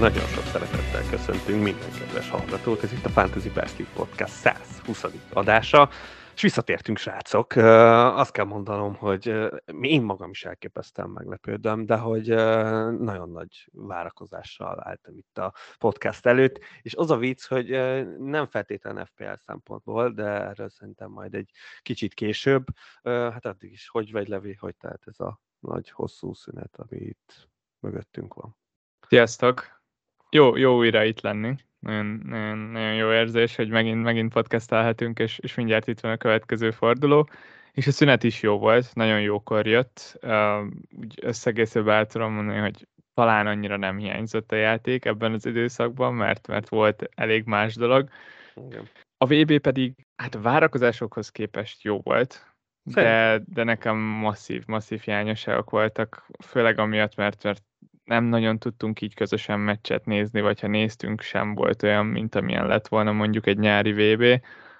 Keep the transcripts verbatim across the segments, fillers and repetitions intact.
Nagyon sok szeretettel köszöntünk minden kedves hallgatót. Ez itt a Fantasy Best League Podcast száz huszadik adása. És visszatértünk, srácok. Azt kell mondanom, hogy én magam is elképesztően meglepődöm, de hogy nagyon nagy várakozással álltam itt a podcast előtt, és az a vicc, hogy nem feltétlenül ef pé el szempontból, de erről szerintem majd egy kicsit később. Hát addig is, hogy vagy Levi, hogy tehát ez a nagy hosszú szünet, ami itt mögöttünk van. Sziasztok! Jó, jó újra itt lenni. Nagyon, nagyon, nagyon jó érzés, hogy megint, megint podcastelhetünk, és, és mindjárt itt van a következő forduló. És a szünet is jó volt, nagyon jókor jött. Uh, úgy összegészében el tudom mondani, hogy talán annyira nem hiányzott a játék ebben az időszakban, mert, mert volt elég más dolog. Igen. A vé bé pedig hát a várakozásokhoz képest jó volt, de, de nekem masszív, masszív hiányosságok voltak, főleg amiatt, mert, mert nem nagyon tudtunk így közösen meccset nézni, vagy ha néztünk, sem volt olyan, mint amilyen lett volna mondjuk egy nyári vé bé.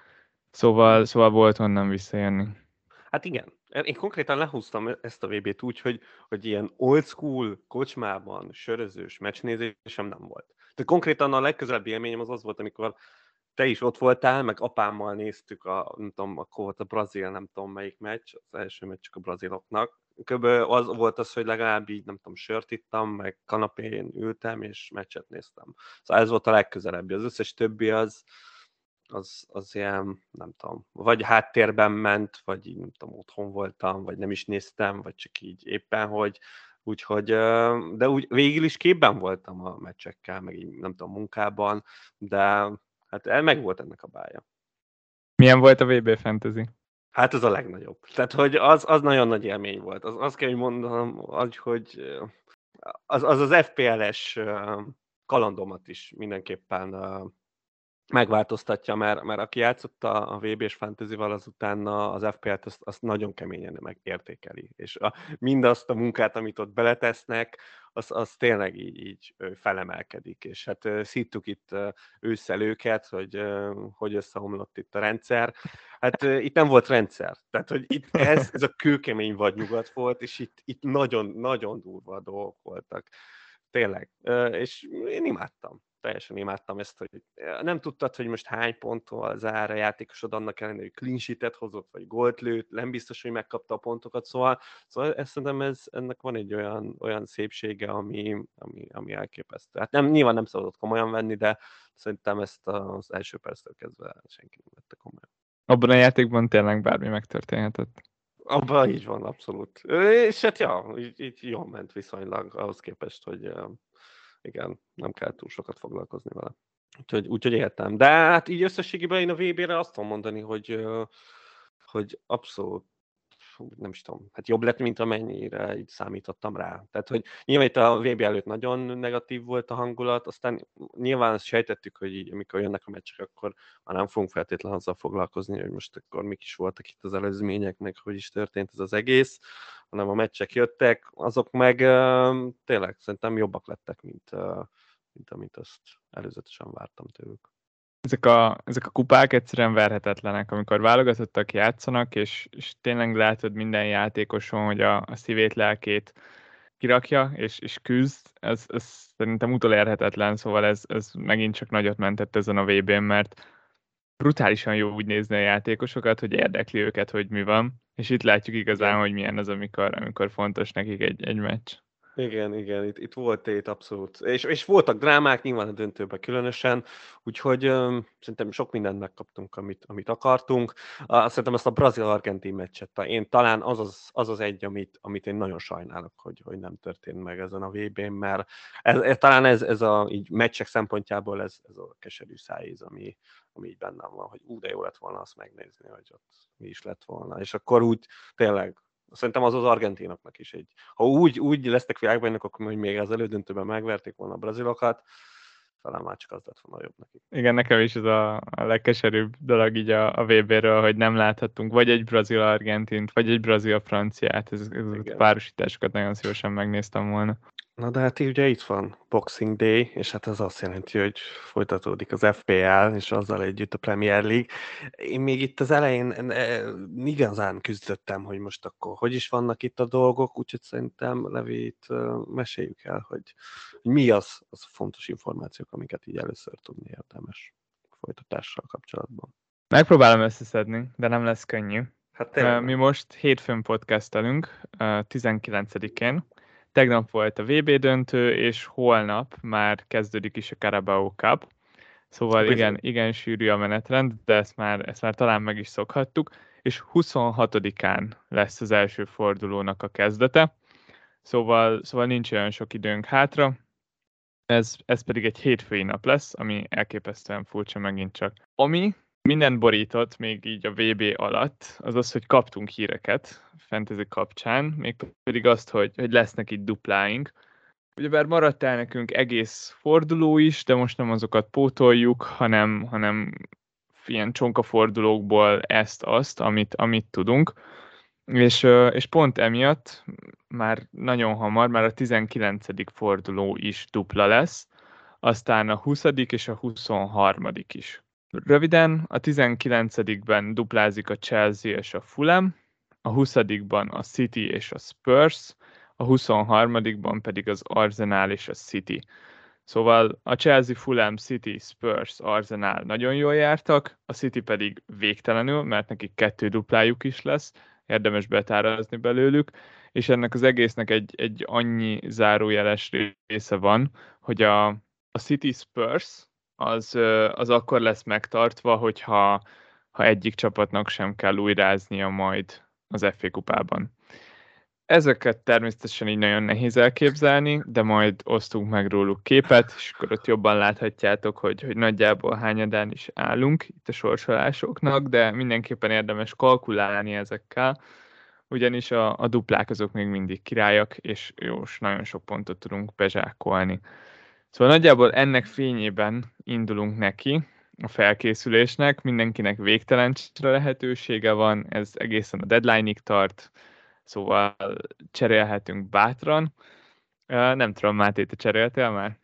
Szóval, szóval volt honnan visszajönni. Hát igen. Én konkrétan lehúztam ezt a vé bét úgy, hogy, hogy ilyen old school kocsmában sörözős meccsnézésem nem volt. Tehát konkrétan a legközelebbi élményem az az volt, amikor te is ott voltál, meg apámmal néztük a, nem tudom, akkor volt a brazil, nem tudom melyik meccs, az első meccs csak a braziloknak. Kb. Az volt az, hogy legalább így, nem tudom, sört ittam, meg kanapén ültem, és meccset néztem. Szóval ez volt a legközelebbi. Az összes többi az, az, az ilyen, nem tudom, vagy háttérben ment, vagy így, nem tudom, otthon voltam, vagy nem is néztem, vagy csak így éppen, hogy úgyhogy, de úgy végül is képben voltam a meccsekkel, meg így, nem tudom, munkában, de hát meg volt ennek a bája. Milyen volt a vé bé Fantasy? Hát ez a legnagyobb. Tehát, hogy az, az nagyon nagy élmény volt. Az, azt kell, hogy mondanom, hogy az az, az ef pé el-es kalandomat is mindenképpen megváltoztatja, mert, mert aki játszotta a vé bé-s fantasyval, az utána az ef pé el-t azt, azt nagyon keményen megértékeli. És a, mindazt a munkát, amit ott beletesznek, az, az tényleg így, így felemelkedik. És hát szíttuk itt ősszel őket, hogy hogy összeomlott itt a rendszer. Hát itt nem volt rendszer. Tehát, hogy itt ez, ez a kőkemény vadnyugat volt, és itt, itt nagyon, nagyon durva dolgok voltak. Tényleg. És én imádtam. Teljesen imádtam ezt, hogy nem tudtad, hogy most hány ponttól zár a játékosod, annak ellenére, hogy clean sheetet hozott, vagy gólt lőtt, nem biztos, hogy megkapta a pontokat, szóval, szóval ezt szerintem ez, ennek van egy olyan, olyan szépsége, ami, ami, ami elképesztő. Hát nem, nyilván nem szabadott komolyan venni, de szerintem ezt az első perctől kezdve senki nem vette komolyan. Abban a játékban tényleg bármi megtörténhetett. Abban így van, abszolút. És hát ja, így, így jól ment viszonylag ahhoz képest, hogy igen, nem kell túl sokat foglalkozni vele. Úgyhogy, úgyhogy értem. De hát így összességében én a vé bé-re azt tudom mondani, hogy, hogy abszolút, nem is tudom, hát jobb lett, mint amennyire így számítottam rá. Tehát, hogy nyilván itt a vé bé előtt nagyon negatív volt a hangulat, aztán nyilván azt sejtettük, hogy így, amikor jönnek a meccsek, akkor már nem fogunk feltétlenül azzal foglalkozni, hogy most akkor mik is voltak itt az előzmények, meg hogy is történt ez az egész, hanem a meccsek jöttek, azok meg uh, tényleg szerintem jobbak lettek, mint, uh, mint amit azt előzetesen vártam tőlük. Ezek a, ezek a kupák egyszerűen verhetetlenek, amikor válogatottak játszanak, és, és tényleg látod minden játékoson, hogy a, a szívét, lelkét kirakja, és, és küzd, ez, ez szerintem utolérhetetlen, szóval ez, ez megint csak nagyot mentett ezen a vé bén, mert brutálisan jó úgy nézni a játékosokat, hogy érdekli őket, hogy mi van, és itt látjuk igazán, igen, hogy milyen az, amikor, amikor fontos nekik egy, egy meccs. Igen, igen, itt, itt volt tét abszolút. És, és voltak drámák, nyilván a döntőben különösen, úgyhogy um, szerintem sok mindent megkaptunk, amit, amit akartunk. Uh, szerintem ezt a brazil-argentin meccset, én talán az az, az, az egy, amit, amit én nagyon sajnálok, hogy, hogy nem történt meg ezen a vé bén, mert ez, ez, talán ez, ez a így meccsek szempontjából ez, ez a keserű szájíz, ami, ami így bennem van, hogy ú, de jó lett volna azt megnézni, hogy ott mi is lett volna. És akkor úgy tényleg szerintem az az argentinoknak is egy. Ha úgy, úgy lesznek világbajnokok, hogy még az elődöntőben megverték volna a brazilokat, talán már csak az lett volna jobb nekik. Igen, nekem is ez a, a legkeserűbb dolog így a, a vé béről, hogy nem láthattunk vagy egy brazil-argentint, vagy egy brazil-franciát. Ez, ez a párosításokat nagyon szívesen megnéztem volna. Na de hát ugye itt van Boxing Day, és hát ez azt jelenti, hogy folytatódik az ef pé el, és azzal együtt a Premier League. Én még itt az elején eh, igazán küzdöttem, hogy most akkor hogy is vannak itt a dolgok, úgyhogy szerintem Levit eh, meséljük el, hogy, hogy mi az, az a fontos információk, amiket így először tudni érdemes folytatással kapcsolatban. Megpróbálom összeszedni, de nem lesz könnyű. Hát tényleg. Mi most hétfőn podcastelünk, tizenkilencedikén. Tegnap volt a vé bé döntő, és holnap már kezdődik is a Carabao Cup. Szóval igen, igen sűrű a menetrend, de ezt már, ezt már talán meg is szokhattuk. És huszonhatodikán lesz az első fordulónak a kezdete. Szóval, szóval nincs olyan sok időnk hátra. Ez, ez pedig egy hétfői nap lesz, ami elképesztően furcsa megint csak. Ami minden borított még így a vé bé alatt, az az, hogy kaptunk híreket fantasy kapcsán, még pedig azt, hogy, hogy lesznek itt dupláink. Ugyebár maradt el nekünk egész forduló is, de most nem azokat pótoljuk, hanem, hanem ilyen csonkafordulókból ezt-azt, amit, amit tudunk. És, és pont emiatt már nagyon hamar, már a tizenkilencedik forduló is dupla lesz, aztán a huszadik és a huszonharmadik is. Röviden, a tizenkilencedikben duplázik a Chelsea és a Fulham, a huszadikban a City és a Spurs, a huszonharmadikban pedig az Arsenal és a City. Szóval a Chelsea, Fulham, City, Spurs, Arsenal nagyon jól jártak, a City pedig végtelenül, mert nekik kettő duplájuk is lesz, érdemes betárazni belőlük, és ennek az egésznek egy, egy annyi zárójeles része van, hogy a, a City Spurs az, az akkor lesz megtartva, hogyha ha egyik csapatnak sem kell újráznia majd az ef á kupában. Ezeket természetesen így nagyon nehéz elképzelni, de majd osztunk meg róluk képet, és akkor ott jobban láthatjátok, hogy, hogy nagyjából hányadán is állunk itt a sorsolásoknak, de mindenképpen érdemes kalkulálni ezekkel, ugyanis a, a duplák azok még mindig királyak, és jó, nagyon sok pontot tudunk bezsákolni. Szóval nagyjából ennek fényében indulunk neki a felkészülésnek, mindenkinek végtelen lehetősége van, ez egészen a deadline-ig tart, szóval cserélhetünk bátran. Nem tudom, Máté, te cseréltél már?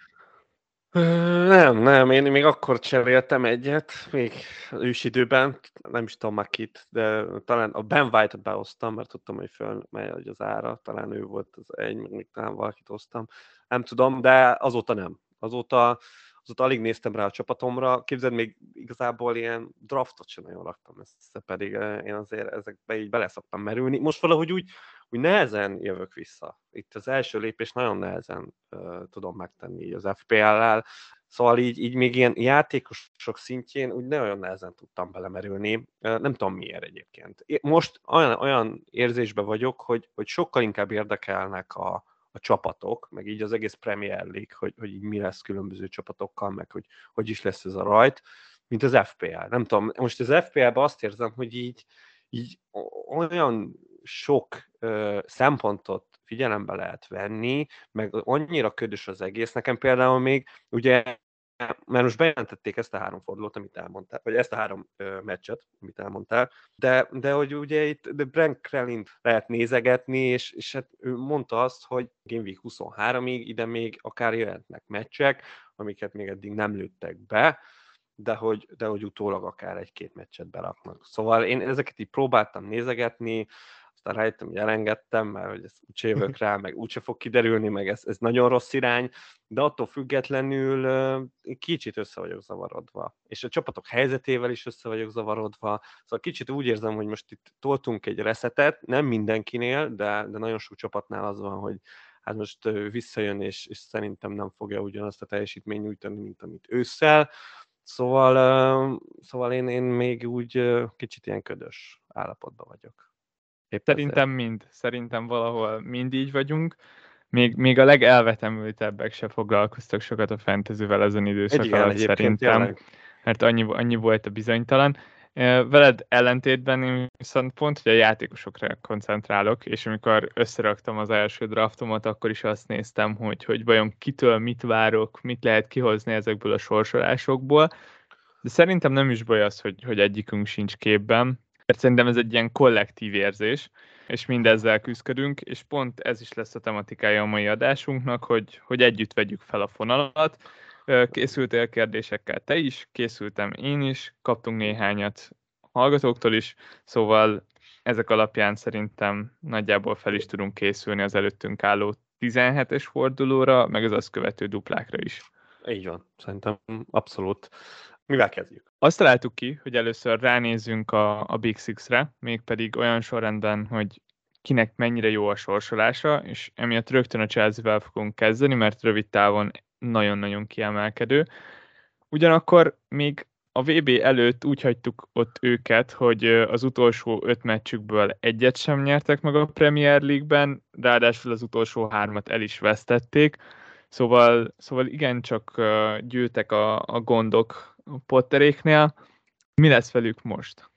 Nem, nem, én még akkor cseréltem egyet, még ősidőben, nem is tudom már kit, de talán a Ben White-ot behoztam, mert tudtam, hogy fölmegy az ára, talán ő volt az egy, még talán valakit hoztam, nem tudom, de azóta nem. Azóta, azóta alig néztem rá a csapatomra, képzeld, még igazából ilyen draftot sem nagyon raktam össze, pedig én azért ezekbe így bele szoktam merülni. Most valahogy úgy, úgy nehezen jövök vissza. Itt az első lépés nagyon nehezen uh, tudom megtenni így az ef pé el-lel, szóval így, így még ilyen játékosok szintjén úgy ne olyan nehezen tudtam belemerülni. Uh, nem tudom miért egyébként. Most olyan, olyan érzésben vagyok, hogy, hogy sokkal inkább érdekelnek a, a csapatok, meg így az egész Premier League, hogy, hogy így mi lesz különböző csapatokkal, meg hogy hogy is lesz ez a rajt, mint az ef pé el. Nem tudom, most az ef pé el-ben azt érzem, hogy így, így olyan sok ö, szempontot figyelembe lehet venni, meg annyira ködös az egész. Nekem például még, ugye, mert most bejelentették ezt a három fordulót, amit elmondtál, vagy ezt a három ö, meccset, amit elmondtál, de, de hogy ugye itt de Brent Crellint lehet nézegetni, és, és hát ő mondta azt, hogy Game Week huszonháromig ide még akár jöhetnek meccsek, amiket még eddig nem lőttek be, de hogy, de hogy utólag akár egy-két meccset beraknak. Szóval én ezeket így próbáltam nézegetni, aztán rájöttem, hogy elengedtem, mert hogy ezt úgyse jövök rá, meg úgyse fog kiderülni, meg ez, ez nagyon rossz irány, de attól függetlenül uh, kicsit össze vagyok zavarodva. És a csapatok helyzetével is össze vagyok zavarodva. Szóval kicsit úgy érzem, hogy most itt toltunk egy reszetet, nem mindenkinél, de, de nagyon sok csapatnál az van, hogy hát most uh, visszajön, és, és szerintem nem fogja ugyanazt a teljesítményt nyújtani, mint amit ősszel. Szóval, uh, szóval én, én még úgy uh, kicsit ilyen ködös állapotban vagyok. Épp Szerintem ezért. mind. Szerintem valahol mind így vagyunk. Még, még a legelvetemültebbek se foglalkoztak sokat a fantasyvel ezen időszak igen, alatt szerintem. Tényleg. Mert annyi, annyi volt a bizonytalan. Veled ellentétben én viszont pont, hogy a játékosokra koncentrálok, és amikor összeraktam az első draftomat, akkor is azt néztem, hogy, hogy vajon kitől mit várok, mit lehet kihozni ezekből a sorsolásokból. De szerintem nem is baj az, hogy, hogy egyikünk sincs képben, mert szerintem ez egy ilyen kollektív érzés, és mindezzel küzdködünk, és pont ez is lesz a tematikája a mai adásunknak, hogy, hogy együtt vegyük fel a fonalat. Készültél kérdésekkel te is, készültem én is, kaptunk néhányat hallgatóktól is, szóval ezek alapján szerintem nagyjából fel is tudunk készülni az előttünk álló tizenhetes fordulóra, meg az azt követő duplákra is. Így van, szerintem abszolút. Mivel kezdjük? Azt találtuk ki, hogy először ránézzünk a, a Big Six-re, mégpedig olyan sorrendben, hogy kinek mennyire jó a sorsolása, és emiatt rögtön a Chelsea-vel fogunk kezdeni, mert rövid távon nagyon-nagyon kiemelkedő. Ugyanakkor még a vé bé előtt úgy hagytuk ott őket, hogy az utolsó öt meccsükből egyet sem nyertek meg a Premier League-ben, ráadásul az utolsó hármat el is vesztették, szóval, szóval igencsak gyűltek a, a gondok a Potteréknél. Mi lesz velük most?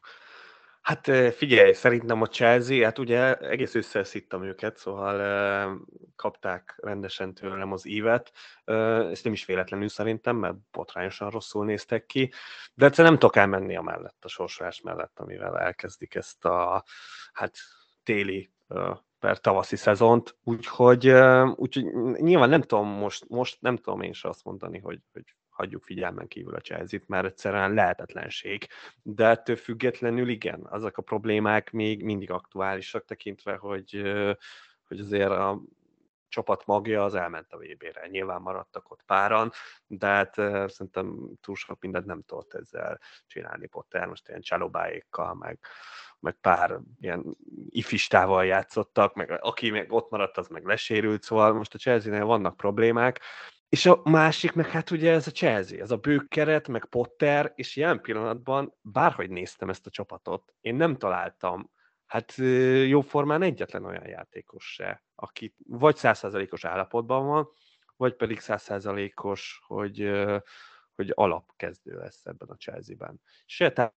Hát figyelj, szerintem a Chelsea, hát ugye egész ősszel szittam őket, szóval kapták rendesen tőlem az ívet. Ezt nem is véletlenül szerintem, mert botrányosan rosszul néztek ki, de egyszerűen nem tudok elmenni a mellett, a sorsolás mellett, amivel elkezdik ezt a hát téli per tavaszi szezont, úgyhogy, úgyhogy nyilván nem tudom most, most nem tudom én se azt mondani, hogy, hogy hagyjuk figyelmen kívül a Chelsea-t, mert egyszerűen lehetetlenség. De ettől függetlenül igen, azok a problémák még mindig aktuálisak, tekintve, hogy, hogy azért a csapat magja az elment a vé bé-re. Nyilván maradtak ott páran, de hát szerintem túl sok mindent nem tudott ezzel csinálni Potter. Most ilyen csalobáékkal, meg, meg pár ilyen ifistával játszottak, meg aki még ott maradt, az meg lesérült, szóval most a Chelsea-nél vannak problémák, és a másik, meg hát ugye ez a Chelsea, ez a bők keret, meg Potter, és ilyen pillanatban bárhogy néztem ezt a csapatot, én nem találtam hát jóformán egyetlen olyan játékos se, aki vagy száz százalékos állapotban van, vagy pedig száz százalékos, hogy, hogy alapkezdő lesz ebben a Chelsea-ben. Se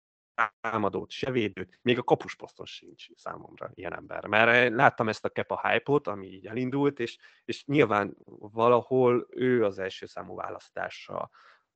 támadót, se védőt, még a kapusposzton sincs számomra ilyen ember. Mert láttam ezt a Kepa hype-ot, ami így elindult, és, és nyilván valahol ő az első számú választása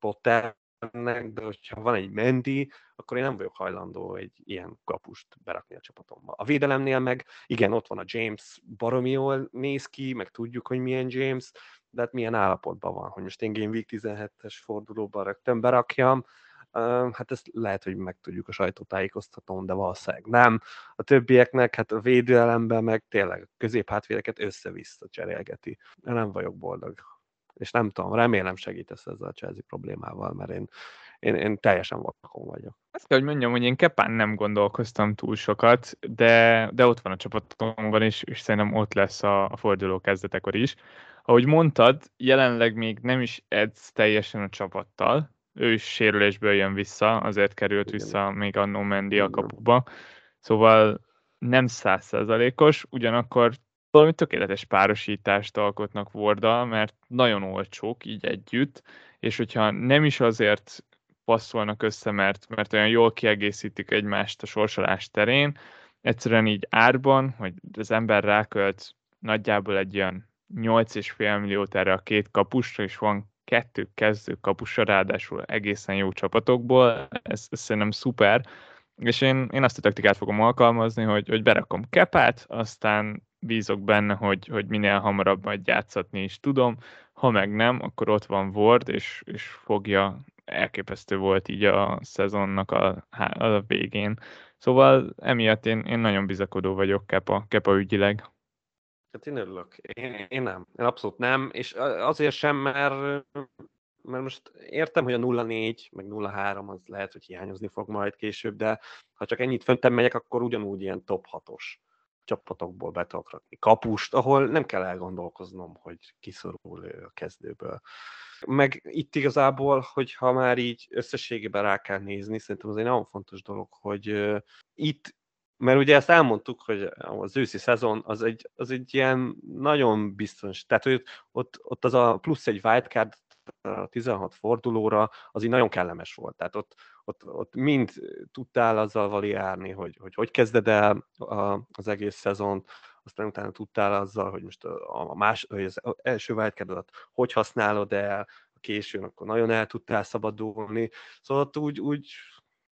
Potternek, de hogyha van egy Mendy, akkor én nem vagyok hajlandó egy ilyen kapust berakni a csapatomba. A védelemnél meg, igen, ott van a James, baromi jól néz ki, meg tudjuk, hogy milyen James, de hát milyen állapotban van, hogy most én Game Week tizenhetes fordulóban rögtön berakjam, hát ezt lehet, hogy megtudjuk a sajtótájékoztatón, de valószínűleg nem. A többieknek, hát a védelemben meg tényleg a középhátvédeket össze-vissza cserélgeti. Nem vagyok boldog. És nem tudom, remélem segítesz ezzel a Chelsea problémával, mert én, én, én teljesen vakon vagyok. Azt kell, hogy mondjam, hogy én Kepán nem gondolkoztam túl sokat, de, de ott van a csapatomban is, és szerintem ott lesz a, a forduló kezdetekor is. Ahogy mondtad, jelenleg még nem is edz teljesen a csapattal, ő is sérülésből jön vissza, azért került Igen. vissza még a No Mendy a kapuba, szóval nem száz százalékos, ugyanakkor valami tökéletes párosítást alkotnak Warddal, mert nagyon olcsók így együtt, és hogyha nem is azért passzolnak össze, mert, mert olyan jól kiegészítik egymást a sorsolás terén, egyszerűen így árban, hogy az ember rákölt nagyjából egy olyan nyolc egész öt milliót erre a két kapusra, és van kettő kezdő kapusa, ráadásul egészen jó csapatokból, ez, ez szerintem szuper, és én, én azt a taktikát fogom alkalmazni, hogy, hogy berakom Kepát, aztán bízok benne, hogy, hogy minél hamarabb majd játszatni is tudom, ha meg nem, akkor ott van Ward, és, és fogja, elképesztő volt így a szezonnak a, a végén. Szóval emiatt én, én nagyon bizakodó vagyok Kepa, Kepa ügyileg. Hát én örülök. Én, én nem. Én abszolút nem. És azért sem, mert, mert most értem, hogy a nulla négy, meg nulla három az lehet, hogy hiányozni fog majd később, de ha csak ennyit föntem megyek, akkor ugyanúgy ilyen top hatos csapatokból be tudok rakni kapust, ahol nem kell elgondolkoznom, hogy kiszorul a kezdőből. Meg itt igazából, hogyha már így összességében rá kell nézni, szerintem az egy nagyon fontos dolog, hogy uh, itt, mert ugye ezt elmondtuk, hogy az őszi szezon az egy, az egy ilyen nagyon biztos, tehát hogy ott, ott az a plusz egy wildcard a tizenhat fordulóra, az így nagyon kellemes volt. Tehát ott, ott, ott mind tudtál azzal variálni, hogy, hogy hogy kezded el a, az egész szezon, aztán utána tudtál azzal, hogy most a, a más, hogy az első wildcardodat hogy használod el, a későn akkor nagyon el tudtál szabadulni. Szóval ott úgy, úgy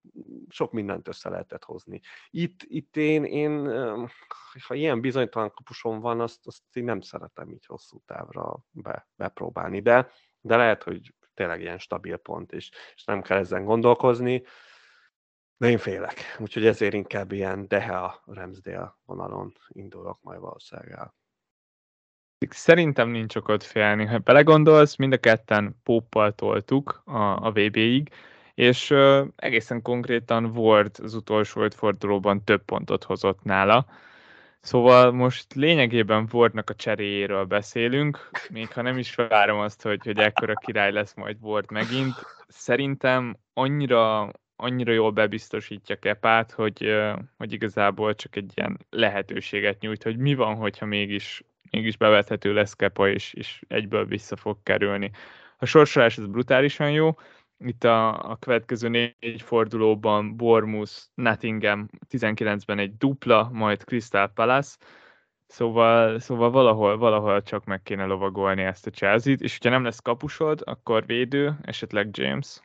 sok mindent össze lehetett hozni. Itt, itt én, én, ha ilyen bizonytalan kapusom van, azt, azt én nem szeretem így hosszú távra be, bepróbálni, de, de lehet, hogy tényleg ilyen stabil pont, és, és nem kell ezen gondolkozni, de én félek. Úgyhogy ezért inkább ilyen Dehea Ramsdale vonalon indulok majd valószínűleg. Szerintem nincs okot félni. Ha belegondolsz, mind a ketten Poppal toltuk a, a vé bé-ig, és uh, egészen konkrétan Ward az utolsó öt fordulóban több pontot hozott nála. Szóval most lényegében Wardnak a cseréjéről beszélünk, még ha nem is várom azt, hogy, hogy ekkora király lesz majd Ward megint. Szerintem annyira, annyira jól bebiztosítja Kepát, hogy, hogy igazából csak egy ilyen lehetőséget nyújt, hogy mi van, hogyha mégis, mégis bevethető lesz Kepa, és, és egyből vissza fog kerülni. A sorsolás az brutálisan jó. Itt a, a következő négy fordulóban Bournemouth, Nottingham, tizenkilencben egy dupla, majd Crystal Palace, szóval, szóval valahol, valahol csak meg kéne lovagolni ezt a Chelsea-t, és hogyha nem lesz kapusod, akkor védő, esetleg James.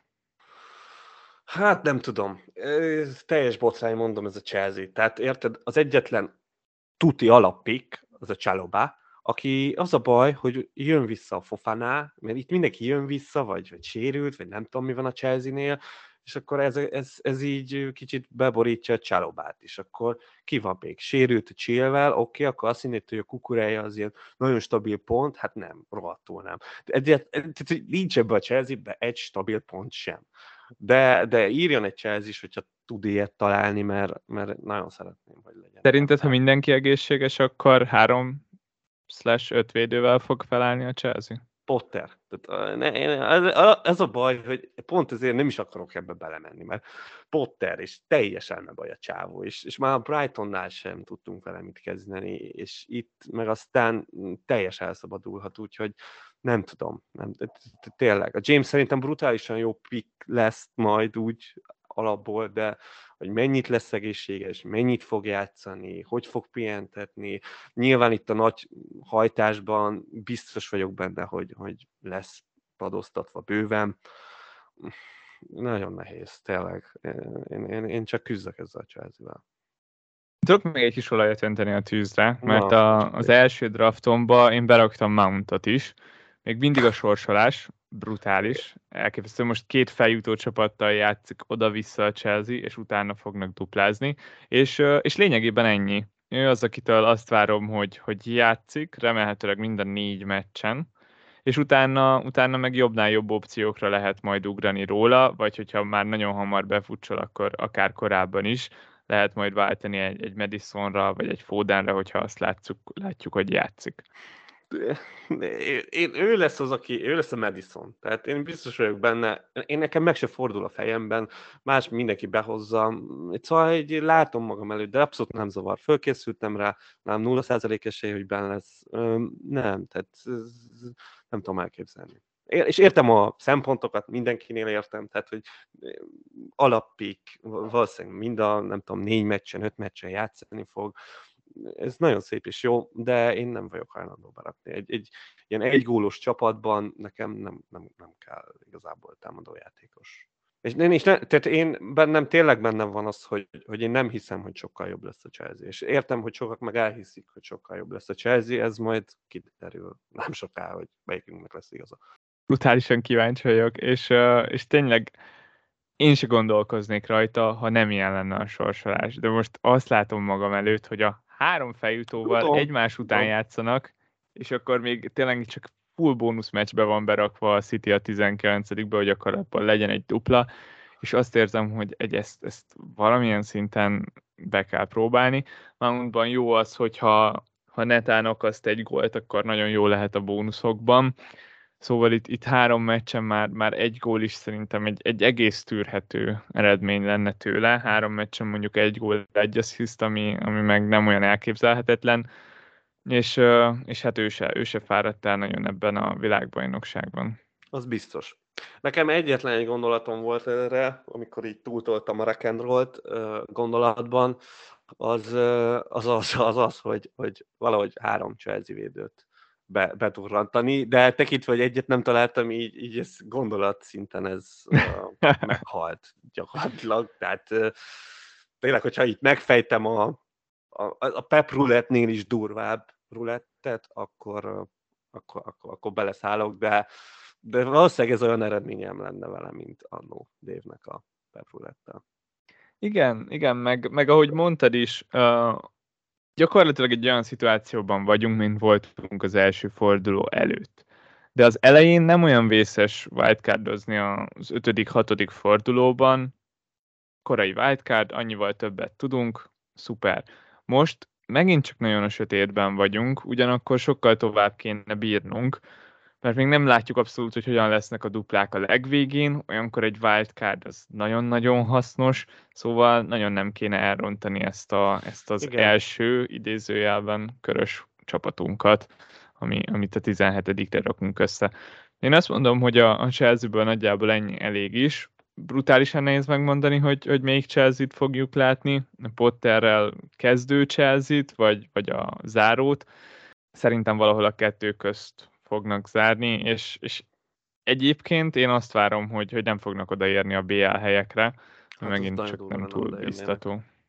Hát nem tudom. Ez teljes botrány, mondom, ez a Chelsea. Tehát érted, az egyetlen tuti alappik, az a Chalobah, aki az a baj, hogy jön vissza a Fofana, mert itt mindenki jön vissza, vagy, vagy sérült, vagy nem tudom, mi van a Chelsea-nél, és akkor ez, ez, ez így kicsit beborítja a Chalobát is. Akkor ki van még? Sérült a Chilwell, oké, okay, akkor azt hinnéd, hogy a Kukureja az ilyen nagyon stabil pont, hát nem, rohadtul nem. Egyet, nincs ebbe a Chelsea-be egy stabil pont sem. De, de írjon egy Chelsea is, hogyha tud ilyet találni, mert, mert nagyon szeretném, hogy legyen. Szerinted, ha mindenki egészséges, akkor három slash öt védővel fog felállni a Chelsea? Potter. Tehát, ne, ez a baj, hogy pont ezért nem is akarok ebbe belemenni, mert Potter, és teljesen baj a csávó, és, és már a Brightonnál sem tudtunk vele mit kezdeni, és itt meg aztán teljesen elszabadulhat, úgyhogy nem tudom. Nem, tényleg. A James szerintem brutálisan jó pick lesz majd úgy alapból, de hogy mennyit lesz egészséges, mennyit fog játszani, hogy fog pihentetni. Nyilván itt a nagy hajtásban biztos vagyok benne, hogy, hogy lesz padoztatva bőven. Nagyon nehéz, tényleg. Én, én, én csak küzdök ezzel a Chelsea-vel. Tudok még egy kis olajat önteni a tűzre, mert Na, a, az első draftomba én beraktam Mountot is. Még mindig a sorsolás, brutális, elképesztő. Most két feljutó csapattal játszik oda-vissza a Chelsea, és utána fognak duplázni, és, és lényegében ennyi. Ő az, akitől azt várom, hogy, hogy játszik, remélhetőleg minden négy meccsen, és utána, utána meg jobbnál jobb opciókra lehet majd ugrani róla, vagy hogyha már nagyon hamar befutsol, akkor akár korábban is lehet majd váltani egy, egy Madisonra, vagy egy Fodenra, hogyha azt látjuk, látjuk, hogy játszik. Én, ő lesz az, aki, ő lesz a Madison. Tehát én biztos vagyok benne, én nekem meg se fordul a fejemben, más mindenki behozza. Szóval egy, látom magam előtt, de abszolút nem zavar. Fölkészültem rá, nem nulla százalék esély, hogy benne lesz. Nem, tehát nem tudom elképzelni. És értem a szempontokat, mindenkinél értem, tehát, hogy alapik, valószínűleg mind a, nem tudom, négy meccsen, öt meccsen játszani fog. Ez nagyon szép és jó, de én nem vagyok hajlandó berakni. Egy, egy ilyen egygólos csapatban nekem nem, nem, nem kell igazából támadójátékos. És, és ne, tehát én bennem tényleg bennem van az, hogy, hogy én nem hiszem, hogy sokkal jobb lesz a Chelsea. És értem, hogy sokak meg elhiszik, hogy sokkal jobb lesz a Chelsea, ez majd kiderül nem soká, hogy melyikünknek lesz igaza. Brutálisan kíváncsi vagyok, és, és tényleg én se gondolkoznék rajta, ha nem ilyen lenne a sorsolás. De most azt látom magam előtt, hogy a három feljutóval Tudom. egymás után Tudom. játszanak, és akkor még tényleg csak full bónusz meccsbe van berakva a City a tizenkilencedikbe, hogy akkor abban legyen egy dupla, és azt érzem, hogy egy ezt, ezt valamilyen szinten be kell próbálni. Mountban jó az, hogyha ha netán akaszt egy gólt, akkor nagyon jó lehet a bónuszokban. Szóval itt, itt három meccsen már, már egy gól is szerintem egy, egy egész tűrhető eredmény lenne tőle. Három meccsen mondjuk egy gól, egy assziszt, ami, ami meg nem olyan elképzelhetetlen. És, és hát ő se, ő se fáradt el nagyon ebben a világbajnokságban. Az biztos. Nekem egyetlen egy gondolatom volt erre, amikor így túltoltam a rock and roll-t gondolatban, az az, az, az, az hogy, hogy valahogy három Chelsea védőt be, bedurrantani, de tekintve, hogy egyet nem találtam, így, így ez gondolat szinten ez uh, meghalt gyakorlatilag. Tehát uh, tényleg, hogyha itt megfejtem a, a, a Pep Roulette-nél is durvább rulettet, akkor, uh, akkor, akkor, akkor beleszállok, de, de valószínűleg ez olyan eredményem lenne vele, mint annó Dave-nek a Pep Roulette-tel. Igen, igen, meg, meg ahogy mondtad is, uh, gyakorlatilag egy olyan szituációban vagyunk, mint voltunk az első forduló előtt. De az elején nem olyan vészes wildcardozni az ötödik, hatodik fordulóban. Korai wildcard, annyival többet tudunk, szuper. Most megint csak nagyon a sötétben vagyunk, ugyanakkor sokkal tovább kéne bírnunk, mert még nem látjuk abszolút, hogy hogyan lesznek a duplák a legvégén, olyankor egy wildcard az nagyon-nagyon hasznos, szóval nagyon nem kéne elrontani ezt, a, ezt az Igen. első idézőjelben körös csapatunkat, ami, amit a tizenhetedikre rakunk össze. Én azt mondom, hogy a, a Chelsea-ből nagyjából ennyi elég is. Brutálisan nehéz megmondani, hogy, hogy melyik Chelsea-t fogjuk látni, a Potterrel kezdő Chelsea-t, vagy, vagy a zárót. Szerintem valahol a kettő közt fognak zárni, és, és egyébként én azt várom, hogy, hogy nem fognak odaérni a bé el helyekre, hát megint csak nem túl biztató.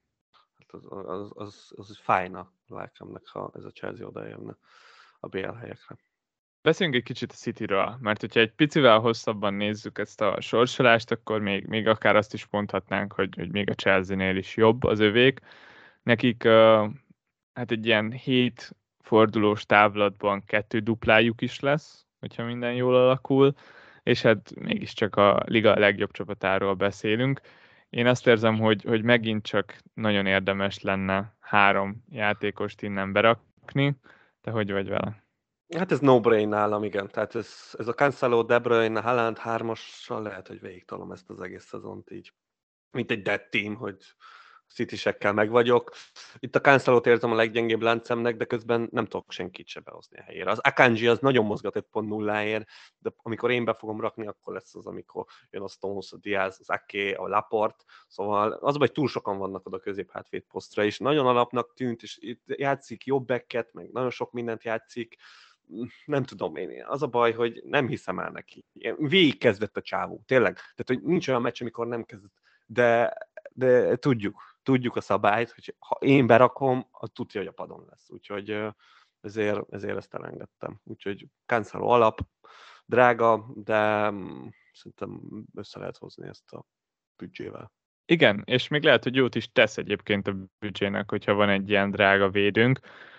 Hát az, az, az, az fájna a lelkemnek, ha ez a Chelsea odaérne a bé el helyekre. Beszéljünk egy kicsit a Cityről, mert hogyha egy picivel hosszabban nézzük ezt a sorsolást, akkor még, még akár azt is mondhatnánk, hogy, hogy még a Chelsea-nél is jobb az övék. Nekik uh, hát egy ilyen hét fordulós távlatban kettő duplájuk is lesz, hogyha minden jól alakul, és hát mégiscsak a liga legjobb csapatáról beszélünk. Én azt érzem, hogy, hogy megint csak nagyon érdemes lenne három játékost innen berakni. Te hogy vagy vele? Hát ez no-brain nálam, igen. Tehát ez, ez a Cancelo, De Bruyne, Haaland hármassal lehet, hogy végigtolom ezt az egész szezont így. Mint egy dead team, hogy City-sekkel meg vagyok. Itt a Cancelót érzem a leggyengébb láncemnek, de közben nem tudok senkit se behozni a helyére. Az Akanji az nagyon mozgat egy pont nulláért, de amikor én be fogom rakni, akkor lesz az, amikor jön a Stones, a Diaz, az Ake, a Laporte. Szóval az, hogy túl sokan vannak oda közép-hátvéd posztra, és nagyon alapnak tűnt, és itt játszik jobb backet, meg nagyon sok mindent játszik. Nem tudom én. Az a baj, hogy nem hiszem el neki. Végig kezdett a csávó, tényleg. Tehát, hogy nincs olyan meccs, amikor nem kezdett. De, de tudjuk, tudjuk a szabályt, hogy ha én berakom, az tudja, hogy a padon lesz. Úgyhogy ezért, ezért ezt elengedtem. Úgyhogy Cancelo alap, drága, de szerintem össze lehet hozni ezt a büdzsével. Igen, és még lehet, hogy jót is tesz egyébként a büdzsének, hogyha van egy ilyen drága védőnk.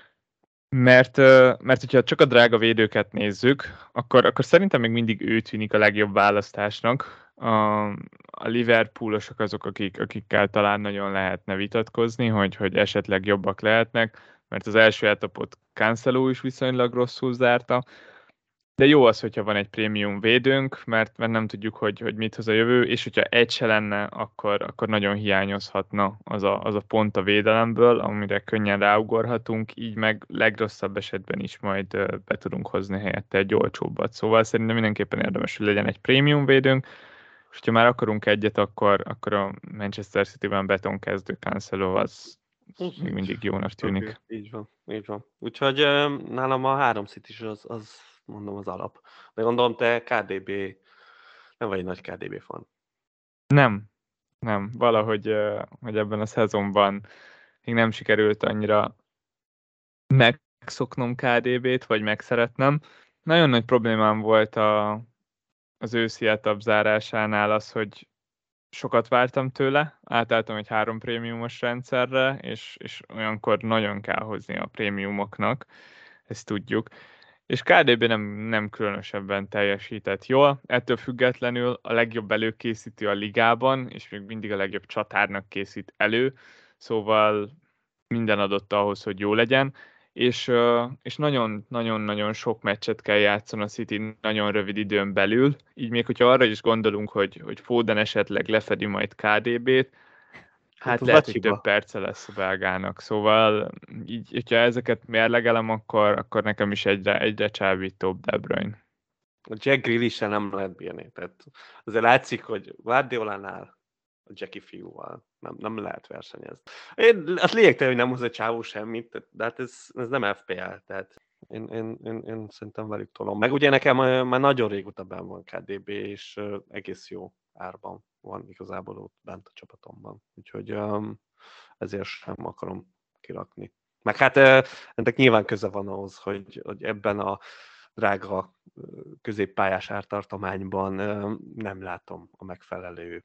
Mert, mert hogyha csak a drága védőket nézzük, akkor, akkor szerintem még mindig ő tűnik a legjobb választásnak. A, a Liverpoolosok azok, akik, akikkel talán nagyon lehetne vitatkozni, hogy, hogy esetleg jobbak lehetnek, mert az első etapot Cancelo is viszonylag rosszul zárta. De jó az, hogyha van egy prémium védőnk, mert, mert nem tudjuk, hogy, hogy mit hoz a jövő, és hogyha egy se lenne, akkor, akkor nagyon hiányozhatna az a, az a pont a védelemből, amire könnyen ráugorhatunk, így meg legrosszabb esetben is majd be tudunk hozni helyette egy olcsóbbat. Szóval szerintem mindenképpen érdemes, hogy legyen egy prémium védőnk, és hogyha már akarunk egyet, akkor, akkor a Manchester City-ben betonkezdő Cancelo az még mindig jónak tűnik. Okay, így van, így van. Úgyhogy nálam a három City-s az, az mondom az alap. De gondolom te ká dé bé, nem vagy egy nagy ká dé bé fan. Nem, nem. Valahogy hogy ebben a szezonban még nem sikerült annyira megszoknom ká dé bét, vagy megszeretnem. Nagyon nagy problémám volt a, az őszi etap zárásánál az, hogy sokat vártam tőle, átálltam egy három prémiumos rendszerre, és, és olyankor nagyon kell hozni a prémiumoknak, ezt tudjuk. És ká dé bé nem, nem különösebben teljesített jól, ettől függetlenül a legjobb előkészítő a ligában, és még mindig a legjobb csatárnak készít elő, szóval minden adott ahhoz, hogy jó legyen, és, és nagyon-nagyon-nagyon sok meccset kell játszani a City nagyon rövid időn belül, így még hogyha arra is gondolunk, hogy, hogy Foden esetleg lefedi majd ká dé bét, hát hát lehet, hogy több perce lesz a belgának, szóval így, hogyha ezeket mérlegelem, akkor, akkor nekem is egyre, egyre csábítóbb De Bruyne. A Jack Grealish-sel nem lehet bírni, tehát azért látszik, hogy Guardiolánál a Jackie fiúval nem, nem lehet versenyezni. Én, az lényegtelen, hogy nem hoz a csávó semmit, de hát ez, ez nem ef pé el, tehát Én, én, én, én szerintem velük tolom. Meg ugye nekem ö, már nagyon régóta benn van ká dé bé, és ö, egész jó árban van igazából ott bent a csapatomban. Úgyhogy öm, ezért sem akarom kirakni. Meg hát ö, ennek nyilván köze van ahhoz, hogy, hogy ebben a drága ö, középpályás ártartományban ö, nem látom a megfelelő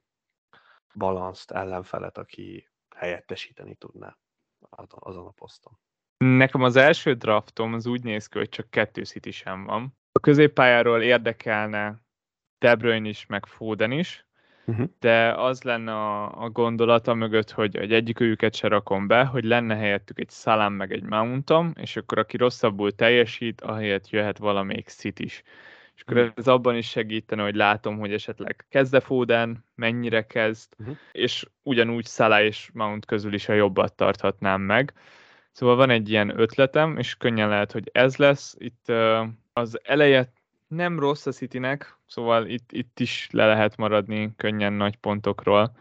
balanszt, ellenfelet, aki helyettesíteni tudná azon azon a poszton. Nekem az első draftom az úgy néz ki, hogy csak kettő City sem van. A középpályáról érdekelne De Bruyne is, meg Foden is, Uh-huh. de az lenne a, a gondolata mögött, hogy, hogy egyikőjüket se rakom be, hogy lenne helyettük egy Salah meg egy Mountom, és akkor aki rosszabbul teljesít, ahelyett jöhet valamelyik City is. És akkor ez abban is segítene, hogy látom, hogy esetleg kezd-e Foden, mennyire kezd, Uh-huh. és ugyanúgy Salah és Mount közül is a jobbat tarthatnám meg. Szóval van egy ilyen ötletem, és könnyen lehet, hogy ez lesz. Itt uh, az eleje nem rossz a Citynek, szóval itt, itt is le lehet maradni könnyen nagy pontokról,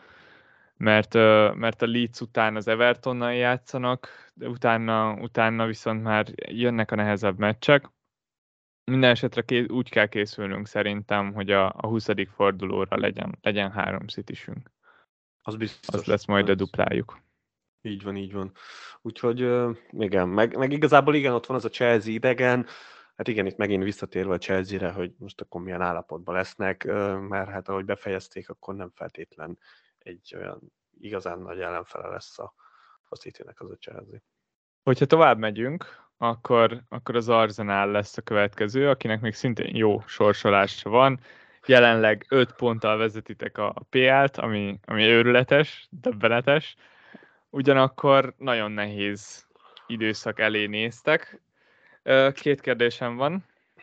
mert, uh, mert a Leeds után az Evertonnal játszanak, de utána, utána viszont már jönnek a nehezebb meccsek. Minden esetre ké- úgy kell készülnünk szerintem, hogy a, a huszadik fordulóra legyen, legyen három Citysünk. Az biztos. Az lesz majd a Ez- duplájuk. Így van, így van. Úgyhogy ö, igen, meg, meg igazából igen, ott van az a Chelsea idegen, hát igen, itt megint visszatérve a Chelsea-re, hogy most akkor milyen állapotban lesznek, ö, mert hát ahogy befejezték, akkor nem feltétlen egy olyan igazán nagy ellenfele lesz a, a City-nek az a Chelsea. Hogyha tovább megyünk, akkor, akkor az Arsenal lesz a következő, akinek még szintén jó sorsolása van. Jelenleg öt ponttal vezetitek a pé el-t, ami, ami őrületes, döbbenetes. Ugyanakkor nagyon nehéz időszak elé néztek. Ö, Két kérdésem van.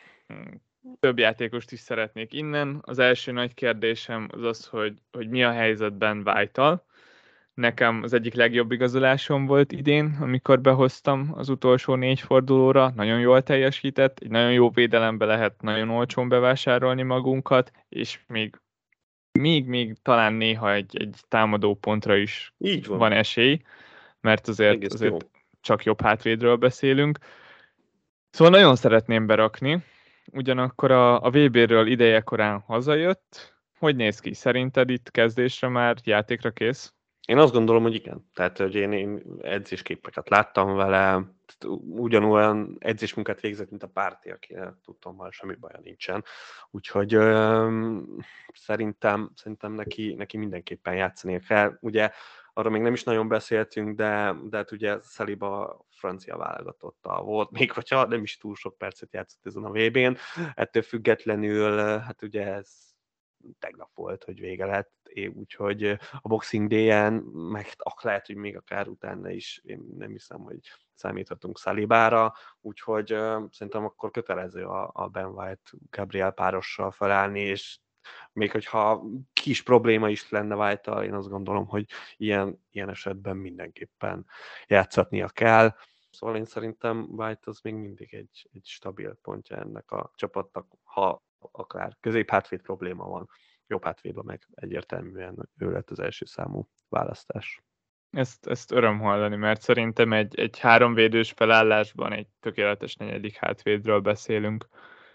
Több játékost is szeretnék innen. Az első nagy kérdésem az az, hogy, hogy mi a helyzetben White-tal. Nekem az egyik legjobb igazolásom volt idén, amikor behoztam az utolsó négy fordulóra. Nagyon jól teljesített, egy nagyon jó védelembe lehet nagyon olcsón bevásárolni magunkat, és még még, még talán néha egy, egy támadó pontra is Így van. van esély, mert azért, Egész azért jó. csak jobb hátvédről beszélünk. Szóval nagyon szeretném berakni, ugyanakkor a, a vé bé-ről ideje korán hazajött. Hogy néz ki? Szerinted itt kezdésre már játékra kész? Én azt gondolom, hogy igen. Tehát, hogy én, én edzésképeket láttam vele, ugyanolyan edzésmunkát végzett, mint a Párti, akinek tudtam, hogy semmi baja nincsen. Úgyhogy öm, szerintem, szerintem neki, neki mindenképpen játszania kell. Ugye arra még nem is nagyon beszéltünk, de, de hát ugye Saliba francia válogatotta volt, még hogyha nem is túl sok percet játszott ezen a vé bén. Ettől függetlenül, hát ugye ez tegnap volt, hogy vége lett, úgyhogy a Boxing Day-en, meg lehet, hogy még akár utána is, én nem hiszem, hogy számíthatunk Salibára, úgyhogy uh, szerintem akkor kötelező a, a Ben White-Gabriel párossal felállni, és még hogyha kis probléma is lenne White-tal, én azt gondolom, hogy ilyen, ilyen esetben mindenképpen játszatnia kell. Szóval én szerintem White az még mindig egy, egy stabil pontja ennek a csapatnak, ha akár közép-hátvéd probléma van, jobb hátvédben meg egyértelműen ő lett az első számú választás. Ezt, ezt öröm hallani, mert szerintem egy, egy háromvédős felállásban egy tökéletes negyedik hátvédről beszélünk.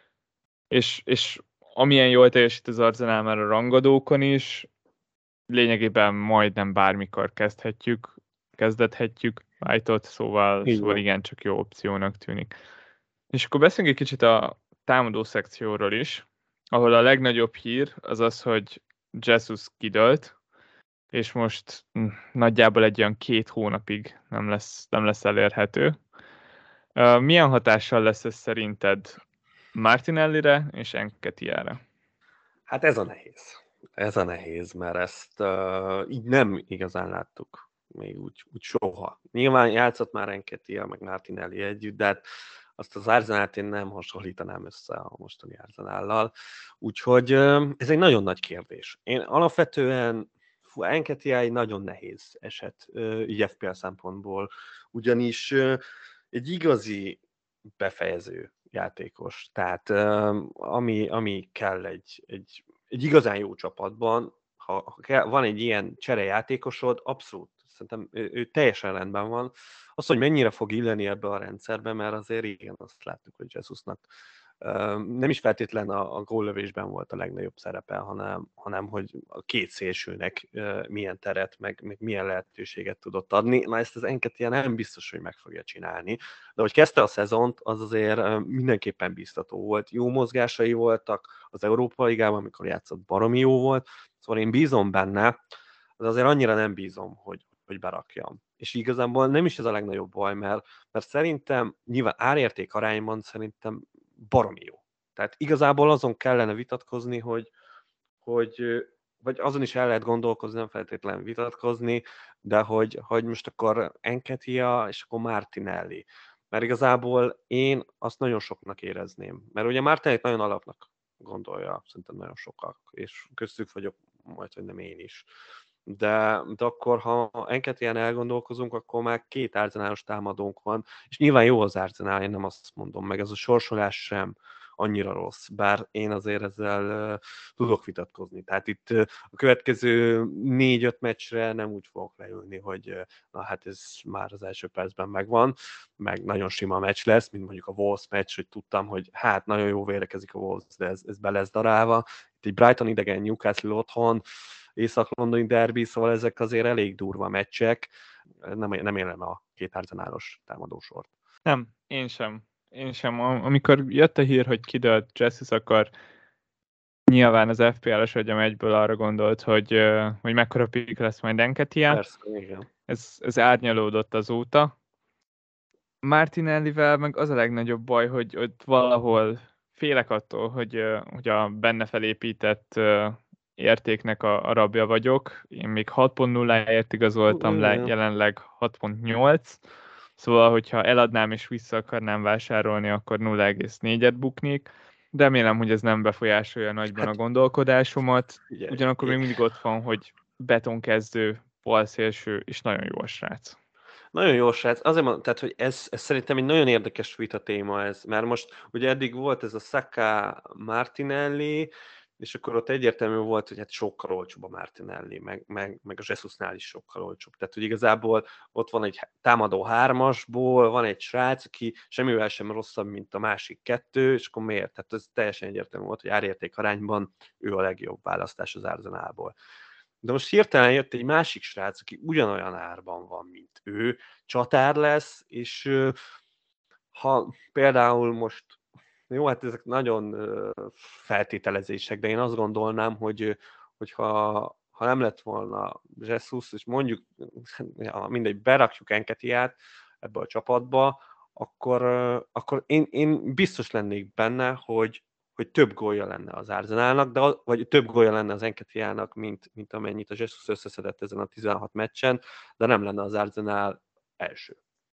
És, és amilyen jól teljesít az Arsenal már a rangadókon is, lényegében majdnem bármikor kezdhetjük, kezdethetjük White-ot, szóval, szóval igen, csak jó opciónak tűnik. És akkor beszéljünk egy kicsit a támadó szekcióról is, ahol a legnagyobb hír az az, hogy Jesus kidőlt, és most hm, nagyjából egy olyan két hónapig nem lesz, nem lesz elérhető. Uh, milyen hatással lesz ez szerinted Martinellire és Nketiára? Hát ez a nehéz. Ez a nehéz, mert ezt uh, így nem igazán láttuk még úgy, úgy soha. Nyilván játszott már Enketia, meg Martinelli együtt, de hát azt az Arsenált én nem hasonlítanám össze a mostani Arsenállal. Úgyhogy uh, ez egy nagyon nagy kérdés. Én alapvetően fú, Enketia egy nagyon nehéz eset, uh, így ef pé el szempontból, ugyanis uh, egy igazi befejező játékos. Tehát ami, ami kell egy, egy, egy igazán jó csapatban, ha, ha kell, van egy ilyen cserejátékosod, abszolút szerintem ő, ő teljesen rendben van. Az, hogy mennyire fog illeni ebbe a rendszerbe, mert azért igen, azt láttuk, hogy Jesusnak nem is feltétlen a, a góllövésben volt a legnagyobb szerepe, hanem, hanem hogy a két szélsőnek milyen teret, meg, meg milyen lehetőséget tudott adni. Na ezt az Enketia nem biztos, hogy meg fogja csinálni. De hogy kezdte a szezont, az azért mindenképpen biztató volt. Jó mozgásai voltak az Európa Ligában, amikor játszott, baromi jó volt. Szóval én bízom benne, de azért annyira nem bízom, hogy, hogy berakjam. És igazából nem is ez a legnagyobb baj, mert, mert szerintem nyilván árérték arányban szerintem baromi jó. Tehát igazából azon kellene vitatkozni, hogy, hogy vagy azon is el lehet gondolkozni, nem feltétlenül vitatkozni, de hogy, hogy most akkor Enketia és akkor Martinelli. Mert igazából én azt nagyon soknak érezném. Mert ugye Martinellit nagyon alapnak gondolja, szerintem nagyon sokak, és köztük vagyok majd, hogy nem én is. De, de akkor, ha Enketián elgondolkozunk, akkor már két Arsenalos támadónk van, és nyilván jó az Arsenal, én nem azt mondom meg, ez a sorsolás sem annyira rossz, bár én azért ezzel uh, tudok vitatkozni. Tehát itt uh, a következő négy-öt meccsre nem úgy fogok leülni, hogy uh, na hát ez már az első percben megvan, meg nagyon sima meccs lesz, mint mondjuk a Wolves meccs, hogy tudtam, hogy hát nagyon jó védekezik a Wolves, de ez, ez be lesz darálva. Itt egy Brighton idegen, Newcastle otthon, észak-londoni derbi, szóval ezek azért elég durva meccsek. Nem, nem élem a két Arsenalos támadósort. Nem, én sem. Én sem. Amikor jött a hír, hogy kidőlt Jesus, akkor nyilván az ef pé el-es agyam egyből arra gondolt, hogy, hogy mekkora pik lesz majd Enketia. Persze, igen. Ez, ez árnyalódott azóta. Martinellivel meg az a legnagyobb baj, hogy ott valahol félek attól, hogy, hogy a benne felépített értéknek a, a rabja vagyok. Én még hat pont nulláért igazoltam le, jelenleg hat pont nyolc. Szóval, hogyha eladnám és vissza akarnám vásárolni, akkor nulla egész négyet buknék. De remélem, hogy ez nem befolyásolja nagyban hát, a gondolkodásomat. Ugye, Ugyanakkor még mindig ott van, hogy betonkezdő, balszélső, és nagyon jó a srác. Nagyon jó srác. Azért mondom, tehát, hogy ez, ez szerintem egy nagyon érdekes vita téma ez, mert most ugye eddig volt ez a Saka Martinelli, és akkor ott egyértelmű volt, hogy hát sokkal olcsóbb a Martinelli, meg, meg, meg a Jesusnál is sokkal olcsóbb. Tehát, hogy igazából ott van egy támadó hármasból, van egy srác, aki semmivel sem rosszabb, mint a másik kettő, és akkor miért? Tehát ez teljesen egyértelmű volt, hogy árérték arányban ő a legjobb választás az Arsenalból. De most hirtelen jött egy másik srác, aki ugyanolyan árban van, mint ő, csatár lesz, és ha például most, jó, hát ezek nagyon feltételezések, de én azt gondolnám, hogy hogyha ha nem lett volna Jesus, és mondjuk, ja, mindegy, berakjuk Enketiát ebbe a csapatba, akkor, akkor én, én biztos lennék benne, hogy hogy több gólja lenne az Arsenalnak, de, vagy több gólja lenne az Enketiának, mint, mint amennyit a Jesus összeszedett ezen a tizenhat meccsen, de nem lenne az Arsenal első.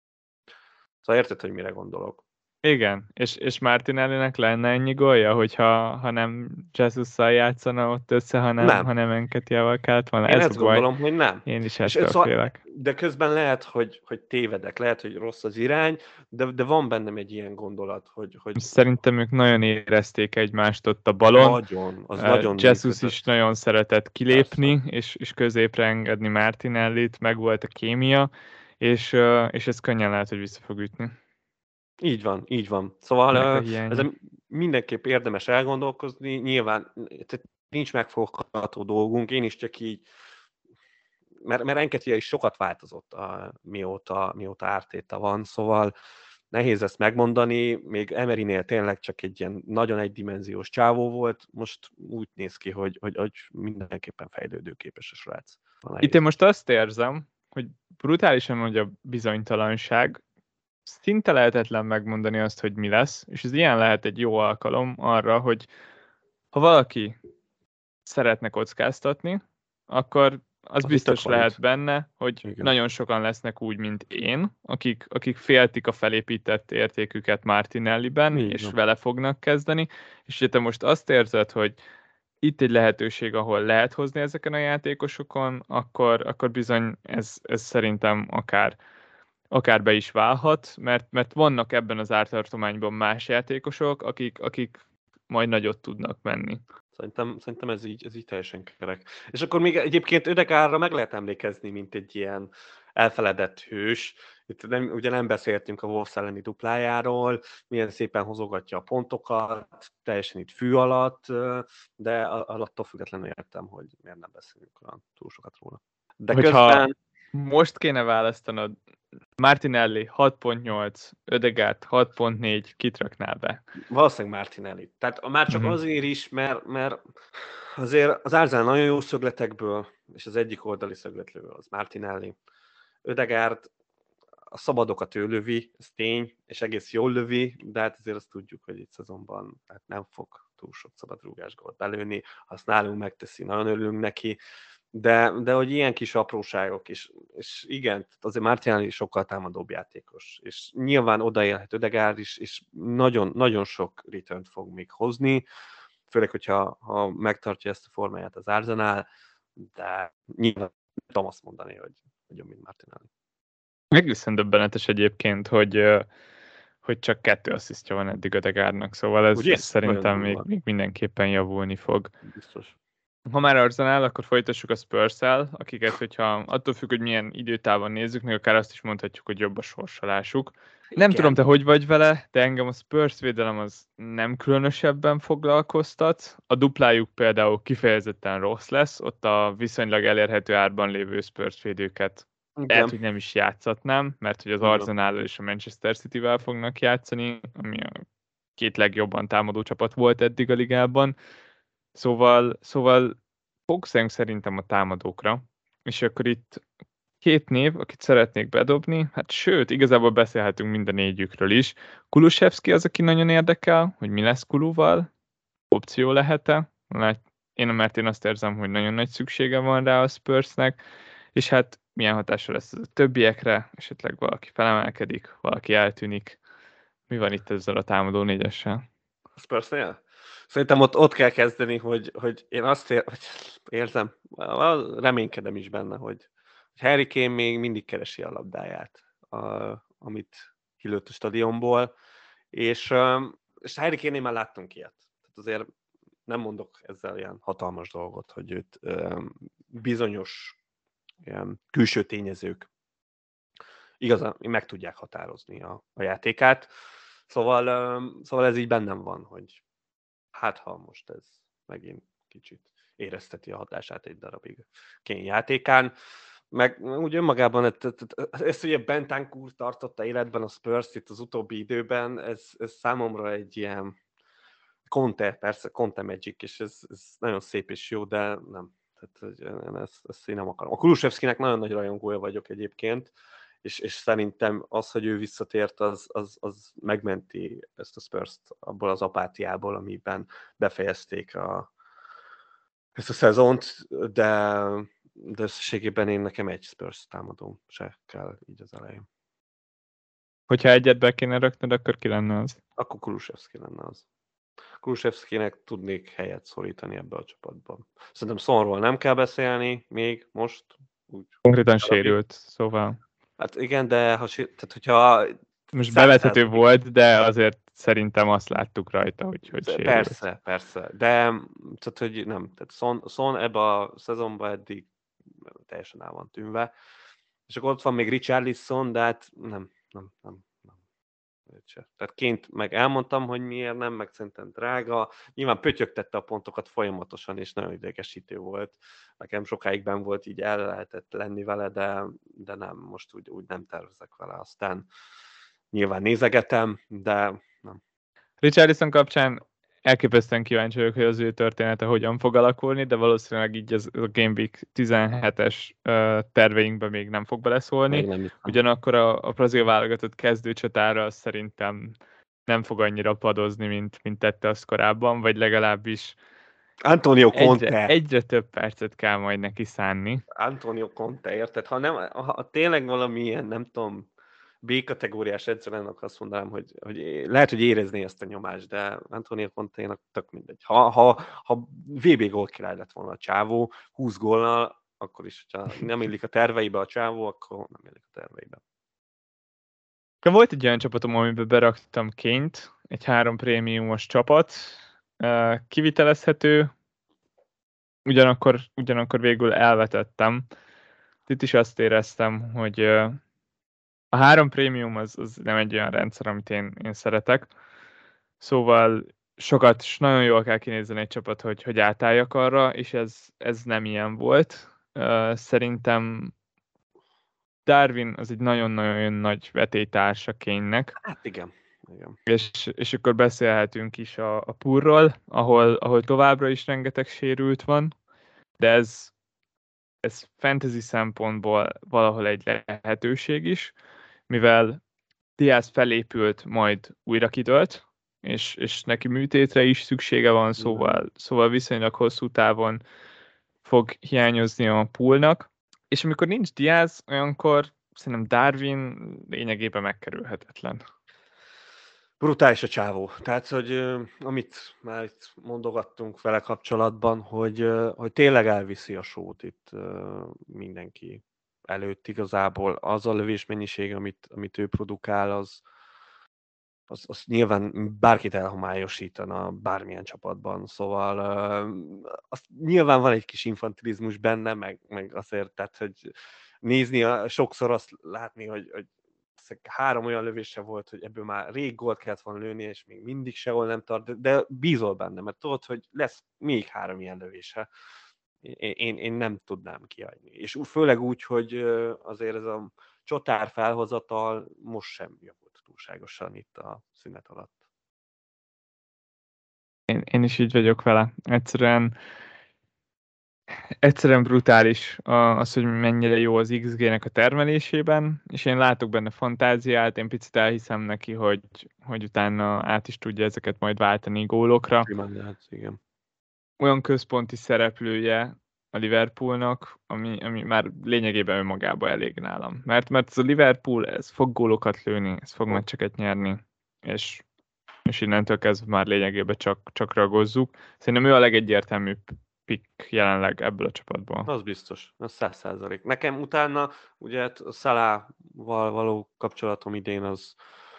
Szóval érted, hogy mire gondolok? Igen, és, és Martinellinek lenne ennyi gólja, hogyha ha nem Jesus-szal játszana ott össze, hanem, nem. hanem Enketiával kellett volna. Én Ez ezt a baj. gondolom, hogy nem. Én is ettől szóval, félek. De közben lehet, hogy, hogy tévedek, lehet, hogy rossz az irány, de, de van bennem egy ilyen gondolat, hogy... hogy Szerintem ők nagyon érezték egymást ott a balon. Nagyon, az uh, nagyon Jesus is nagyon szeretett kilépni, és, és középre engedni Martinellit, meg volt a kémia, és, uh, és ez könnyen lehet, hogy vissza fog ütni. Így van, így van. Szóval ezen mindenképp érdemes elgondolkozni, nyilván tehát nincs megfogható dolgunk, én is csak így, mert, mert Enketia is sokat változott, a, mióta, mióta Arteta van, szóval nehéz ezt megmondani, még Emerynél tényleg csak egy ilyen nagyon egydimenziós csávó volt, most úgy néz ki, hogy, hogy, hogy mindenképpen fejlődőképes a srác. Itt én most azt érzem, hogy brutálisan nagy a bizonytalanság, szinte lehetetlen megmondani azt, hogy mi lesz, és ez ilyen lehet egy jó alkalom arra, hogy ha valaki szeretne kockáztatni, akkor az, az biztos lehet benne, hogy igen. Nagyon sokan lesznek úgy, mint én, akik, akik féltik a felépített értéküket Martinelliben, igen. És vele fognak kezdeni, és ha te most azt érzed, hogy itt egy lehetőség, ahol lehet hozni ezeken a játékosokon, akkor, akkor bizony ez, ez szerintem akár akár be is válhat, mert, mert vannak ebben az ártartományban más játékosok, akik, akik majd nagyot tudnak menni. Szerintem, szerintem ez, így, ez így teljesen kerek. És akkor még egyébként Ödegaardra meg lehet emlékezni, mint egy ilyen elfeledett hős. Itt nem, ugye nem beszéltünk a Wolves elleni duplájáról, milyen szépen hozogatja a pontokat, teljesen itt fű alatt, de attól függetlenül értem, hogy miért nem beszélünk olyan túl sokat róla. De Hogyha közben... most kéne választanod, Martinelli hat pont nyolc, Ödegaard hat pont négy, kit raknál be? Valószínűleg Martinelli. Tehát már csak Mhm. azért is, mert, mert azért az Arsenal nagyon jó szögletekből, és az egyik oldali szögletről az Martinelli. Ödegaard a szabadokat ő lövi, ez tény, és egész jól lövi, de hát azért azt tudjuk, hogy itt szezonban hát nem fog túl sok szabadrúgás gólt belőni, azt nálunk megteszi, nagyon örülünk neki, de, de hogy ilyen kis apróságok is, és igen, azért Martinelli sokkal támadóbb játékos, és nyilván odaélhet Ödegaard is, és nagyon, nagyon sok returnt fog még hozni, főleg, hogyha ha megtartja ezt a formáját az Arsenal, de nyilván nem tudom azt mondani, hogy jobb, mint Martinelli. Egészen döbbenetes egyébként, hogy, hogy csak kettő asszisztja van eddig Ödegaardnak, szóval ez, ez szerintem még, még mindenképpen javulni fog. Biztos. Ha már Arsenal, akkor folytassuk a Spurs-el, akiket, hogyha attól függ, hogy milyen időtávon nézzük, még akár azt is mondhatjuk, hogy jobb a sorsolásuk. Igen. Nem tudom, te hogy vagy vele, de engem a Spurs védelem az nem különösebben foglalkoztat. A duplájuk például kifejezetten rossz lesz, ott a viszonylag elérhető árban lévő Spurs védőket lehet, hogy nem is játszatnám, mert hogy az Arsenal és a Manchester City-vel fognak játszani, ami a két legjobban támadó csapat volt eddig a ligában. Szóval, szóval fókuszáljunk szerintem a támadókra, és akkor itt két név, akit szeretnék bedobni, hát sőt, igazából beszélhetünk mind a négyükről is. Kulusevski az, aki nagyon érdekel, hogy mi lesz Kuluval, opció lehet-e? Én, mert én azt érzem, hogy nagyon nagy szüksége van rá a Spursnek, és hát milyen hatása lesz a többiekre, esetleg valaki felemelkedik, valaki eltűnik. Mi van itt ezzel a támadó négyessel? A Spursnél? Szerintem ott, ott kell kezdeni, hogy, hogy én azt ér, hogy érzem, reménykedem is benne, hogy Harry Kane még mindig keresi a labdáját, a, amit kilőtt a stadionból, és, és Harry Kane-nél már láttunk ilyet. Tehát azért nem mondok ezzel ilyen hatalmas dolgot, hogy őt bizonyos ilyen külső tényezők igazán meg tudják határozni a, a játékát. Szóval, szóval ez így bennem van, hogy hát ha most ez megint kicsit érezteti a hatását egy darabig Kane játékán. Meg úgy önmagában ezt ugye Bentancur tartotta életben a Spurs itt az utóbbi időben, ez, ez számomra egy ilyen Conte, persze Conte Magic, és ez, ez nagyon szép és jó, de nem. Tehát ezt, ezt én nem akarom. A Kulusevskinek nagyon nagy rajongója vagyok egyébként, és, és szerintem az, hogy ő visszatért, az, az, az megmenti ezt a Spurs-t abból az apátiából, amiben befejezték a, ezt a szezont, de, de összességében én nekem egy Spurs támadó se kell így az elején. Hogyha egyet be kéne raknod, akkor ki lenne az? Akkor Kulusevski lenne az. Kulusevskinek tudnék helyet szorítani ebbe a csapatban. Szerintem Sonról nem kell beszélni még most. Úgy Konkrétan sérült, szóval. Hát igen, de ha, tehát, hogyha... Most bevethető volt, de azért szerintem azt láttuk rajta, hogy, hogy sérült. Persze, persze. De tehát, hogy nem. Tehát Son, Son ebbe a szezonban eddig teljesen el van tűnve. És akkor ott van még Richarlison, de hát nem, nem, nem. nem. Tehát ként meg elmondtam, hogy miért nem, meg szerintem drága. Nyilván pötyögtette a pontokat folyamatosan, és nagyon idegesítő volt. Nekem sokáig benn volt, így el lehetett lenni vele, de, de nem, most úgy, úgy nem tervezek vele. Aztán nyilván nézegetem, de nem. Richarlison kapcsán elképesztően kíváncsi vagyok, hogy az ő története hogyan fog alakulni, de valószínűleg így az a Game Week tizenhetes terveinkben még nem fog beleszólni. Nem Ugyanakkor a, a brazil válogatott kezdőcsatára szerintem nem fog annyira padozni, mint, mint tette azt korábban, vagy legalábbis Antonio Conte. Egyre, egyre több percet kell majd neki szánni. Antonio Conte, érted? Ha, nem, ha tényleg valamilyen, nem tudom, B-kategóriás edző lenne, akkor azt mondanám, hogy, hogy lehet, hogy érezné ezt a nyomást, de Antonio Conte-nak tök mindegy. Ha, ha, ha vé bé gól király lett volna a csávó, húsz góllal, akkor is, ha nem illik a terveibe a csávó, akkor nem illik a terveibe. Volt egy olyan csapatom, amiben beraktam Kane-t, egy három prémiumos csapat, kivitelezhető, ugyanakkor, ugyanakkor végül elvetettem. Itt is azt éreztem, hogy a három prémium az, az nem egy olyan rendszer, amit én, én szeretek. Szóval sokat, és nagyon jól kell kinézni egy csapat, hogy, hogy átálljak arra, és ez, ez nem ilyen volt. Szerintem Darwin az egy nagyon-nagyon nagy vetélytársa Kane-nek. Hát igen. igen. És, és akkor beszélhetünk is a, a Purról, ahol, ahol továbbra is rengeteg sérült van, de ez, ez fantasy szempontból valahol egy lehetőség is, mivel Diaz felépült, majd újra kidőlt, és, és neki műtétre is szüksége van, szóval, szóval viszonylag hosszú távon fog hiányozni a poolnak, és amikor nincs Diaz, olyankor szerintem Darwin lényegében megkerülhetetlen. Brutális a csávó. Tehát, hogy uh, amit már itt mondogattunk vele kapcsolatban, hogy, uh, hogy tényleg elviszi a sót itt uh, mindenki előtt igazából. Az a lövésmennyiség, amit, amit ő produkál, az, az, az nyilván bárkit elhomályosítana bármilyen csapatban. Szóval uh, az nyilván van egy kis infantilizmus benne, meg, meg azért, tehát, hogy nézni, a, sokszor azt látni, hogy, hogy három olyan lövése volt, hogy ebből már rég gólt kellett volna lőni, és még mindig sehol nem tart, de bízol benne, mert tudod, hogy lesz még három ilyen lövése. Én, én, én nem tudnám kiadni. És főleg úgy, hogy azért ez a csotár felhozatal most sem javult túlságosan itt a szünet alatt. Én, én is így vagyok vele. Egyszerűen Egyszerűen brutális az, hogy mennyire jó az iksz gé-nek a termelésében, és én látok benne fantáziát, én picit elhiszem neki, hogy, hogy utána át is tudja ezeket majd váltani gólokra. Lehet, igen. Olyan központi szereplője a Liverpoolnak, ami, ami már lényegében önmagában elég nálam. Mert, mert ez a Liverpool, ez fog gólokat lőni, ez fog meccseket nyerni, és, és innentől kezdve már lényegében csak, csak ragozzuk. Szerintem ő a legegyértelműbb pick jelenleg ebből a csapatból. Az biztos, az száz százalék. Nekem utána, ugye a Salahval való kapcsolatom idén az,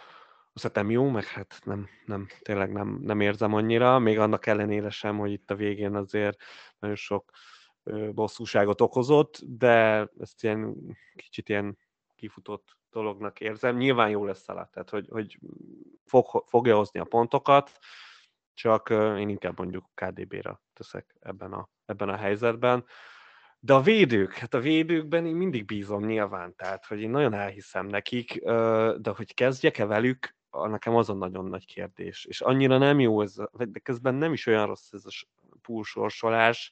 az nem jó, meg hát nem, nem, tényleg nem, nem érzem annyira, még annak ellenére sem, hogy itt a végén azért nagyon sok ö, bosszúságot okozott, de ezt ilyen kicsit ilyen kifutott dolognak érzem. Nyilván jó lesz Salah, tehát hogy, hogy fog, fogja hozni a pontokat, csak én inkább mondjuk ká dé bé-re teszek ebben a, ebben a helyzetben. De a védők, hát a védőkben én mindig bízom nyilván, tehát hogy én nagyon elhiszem nekik, de hogy kezdjek-e velük, nekem az a nagyon nagy kérdés. És annyira nem jó ez, de közben nem is olyan rossz ez a pool sorsolás,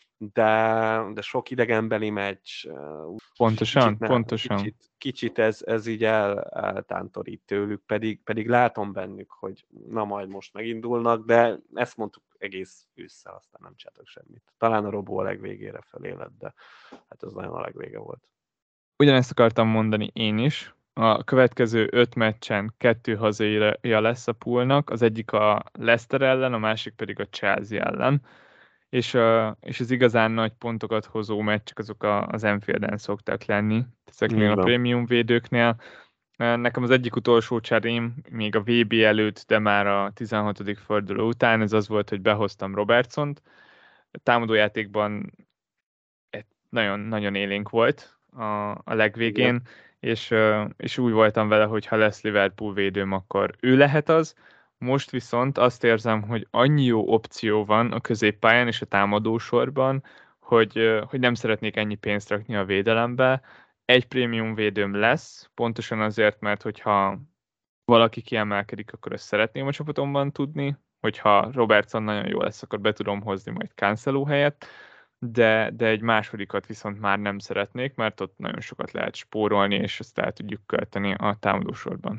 de, de sok idegenbeli meccs. Pontosan, kicsit, ne, pontosan. Kicsit, kicsit ez, ez így el, eltántorít tőlük, pedig, pedig látom bennük, hogy na majd most megindulnak, de ezt mondtuk egész ősszel, aztán nem csináltak semmit. Talán a Robó a legvégére felé lett, de hát az nagyon a legvége volt. Ugyanezt akartam mondani én is. A következő öt meccsen kettő hazaija lesz a poolnak, az egyik a Leicester ellen, a másik pedig a Chelsea ellen. És, a, és az igazán nagy pontokat hozó meccsek azok a, az Anfielden szoktak lenni, ezeknél a prémium védőknél. Nekem az egyik utolsó cserém, még a vé bé előtt, de már a tizenhatodik forduló után, ez az volt, hogy behoztam Robertsont. A támadójátékban nagyon, nagyon élénk volt a, a legvégén, igen. és, és úgy voltam vele, hogy ha lesz Liverpool védőm, akkor ő lehet az. Most viszont azt érzem, hogy annyi jó opció van a középpályán és a támadósorban, hogy, hogy nem szeretnék ennyi pénzt rakni a védelembe. Egy prémium védőm lesz, pontosan azért, mert hogyha valaki kiemelkedik, akkor ezt szeretném a csapatomban tudni, hogyha Robertson nagyon jó lesz, akkor be tudom hozni majd Cancelo helyett, de, de egy másodikat viszont már nem szeretnék, mert ott nagyon sokat lehet spórolni, és ezt el tudjuk költeni a támadósorban.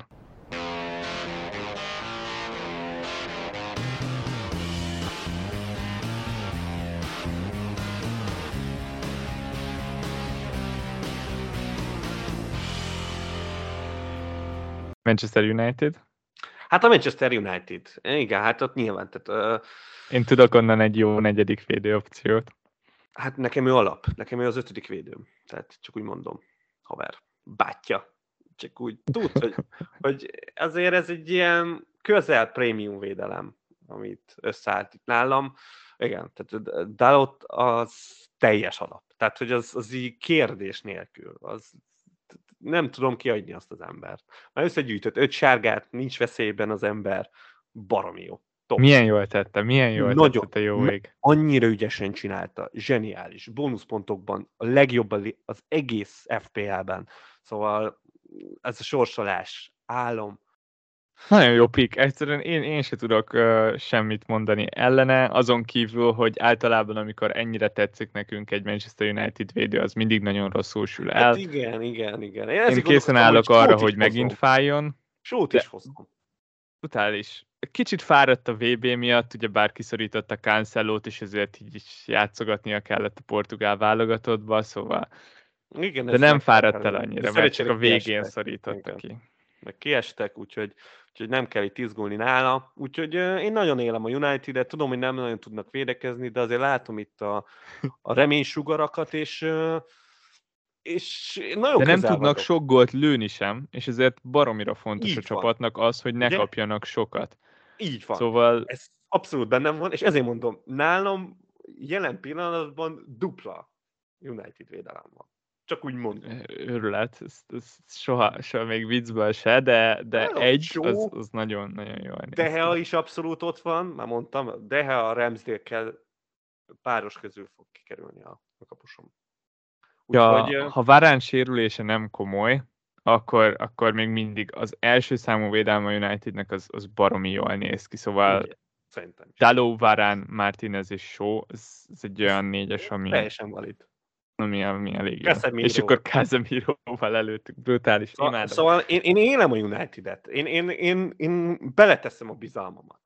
Manchester United? Hát a Manchester United. Igen, hát ott nyilván. Tehát, uh, Én tudok onnan egy jó negyedik védő opciót. Hát nekem ő alap. Nekem ő az ötödik védőm. Tehát csak úgy mondom. Haver. Bátya. Csak úgy tud, hogy, hogy azért ez egy ilyen közel prémium védelem. amit összeállt itt nálam. Igen, tehát Dalot az teljes alap. Tehát, hogy az, az így kérdés nélkül. Az, nem tudom kiadni azt az embert. Már összegyűjtött öt sárgát, nincs veszélyben az ember, baromi jó. Top. Milyen jól tette, milyen jól Nagyon, tette a jó ég. Annyira ügyesen csinálta, zseniális. Bónuszpontokban a legjobb az egész ef pé el-ben. Szóval ez a sorsolás, álom. Nagyon jó pick. Egyszerűen én, én se tudok uh, semmit mondani ellene, azon kívül, hogy általában, amikor ennyire tetszik nekünk egy Manchester United védő, az mindig nagyon rosszul sül el. Hát igen, igen, igen. Én, én készen állok hogy arra, hogy megint fájjon. Sót is hozom. Totális. Kicsit fáradt a vé bé miatt, ugye bár kiszorította Cancellót, és ezért így is játszogatnia kellett a portugál válogatottba, szóval... Igen, de nem fáradt el annyira, mert csak a végén kiestek. Szorította igen. ki. Meg kiestek, úgyhogy, úgyhogy nem kell itt izgulni nála. Úgyhogy uh, én nagyon élem a United-et, tudom, hogy nem nagyon tudnak védekezni, de azért látom itt a, a reménysugarakat, és, uh, és nagyon de nem tudnak vagyok. sok gólt lőni sem, és ezért baromira fontos így a van. csapatnak az, hogy ne Ugye? kapjanak sokat. Így van. Szóval... Ez abszolút bennem van, és ezért mondom, nálam jelen pillanatban dupla United védelem van. Csak úgy mondom. Őrület, ez, ez soha, soha még viccből se, de, de nagyon egy, az, az nagyon, nagyon jól néz De Gea is abszolút ott van, már mondtam, De Gea a Ramsdale-kel páros közül fog kikerülni a, a kapusom. Úgyhogy, ja, ha Varane sérülése nem komoly, akkor, akkor még mindig az első számú védelme a Unitednek az, az baromi jól néz ki, szóval Dalot, Varane, Martinez és Shaw, ez, ez egy olyan négyes, ami... Teljesen valid. Ami, ami elég jó. És akkor Casemiróval előttük, brutális, szóval, imádom. Szóval én, én élem a United-et, én, én, én, én beleteszem a bizalmamat.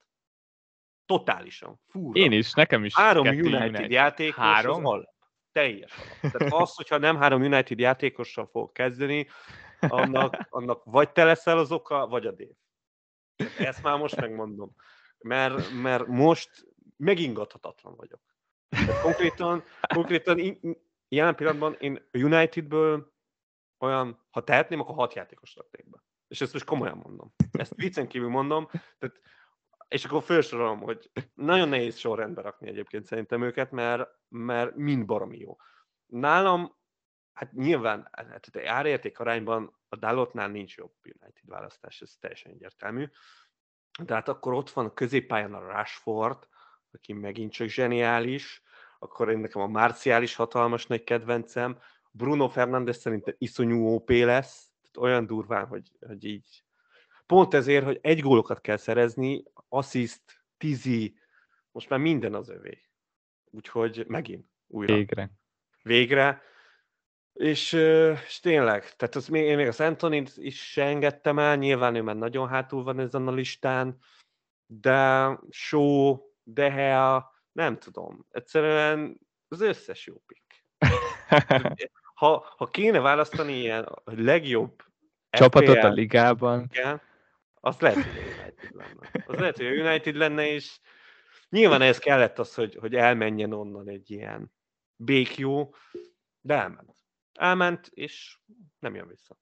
Totálisan, fúra. Én is, nekem is. Három United, United játékos három? az alap. Teljes alap. Tehát az, hogyha nem három United játékossal fog kezdeni, annak, annak vagy te leszel az oka, vagy a Dave. Ezt már most megmondom. Mert, mert most megingathatatlan vagyok. Tehát konkrétan, konkrétan jelen pillanatban én a Unitedből olyan, ha tehetném, akkor hat játékos raknék be. És ezt most komolyan mondom. Ezt viccen kívül mondom, tehát, és akkor felsorolom, hogy nagyon nehéz sorrendbe rakni egyébként szerintem őket, mert, mert mind baromi jó. Nálam, hát nyilván hát árérték arányban a Dalotnál nincs jobb United választás, ez teljesen egyértelmű. De hát akkor ott van a középpályán a Rashford, aki megint csak zseniális, akkor én nekem a Martial is hatalmas nagy kedvencem, Bruno Fernandes szerintem iszonyú ó pé lesz, olyan durván, hogy, hogy így. Pont ezért, hogy egy gólokat kell szerezni, assziszt, tizi, most már minden az övé. Úgyhogy megint, újra. Végre. Végre. És, és tényleg, tehát az még, én még az Antonit is se engedtem el, nyilván ő már nagyon hátul van ezen a listán, de Shaw, De Gea, nem tudom, egyszerűen az összes jó pick. Ha, ha kéne választani ilyen a legjobb csapatot ef pé el, a ligában, igen, az lehet, hogy a United lenne. Az lehet, hogy a United lenne, és nyilván ez kellett az, hogy, hogy elmenjen onnan egy ilyen békjó, de elment. Elment, és nem jön vissza.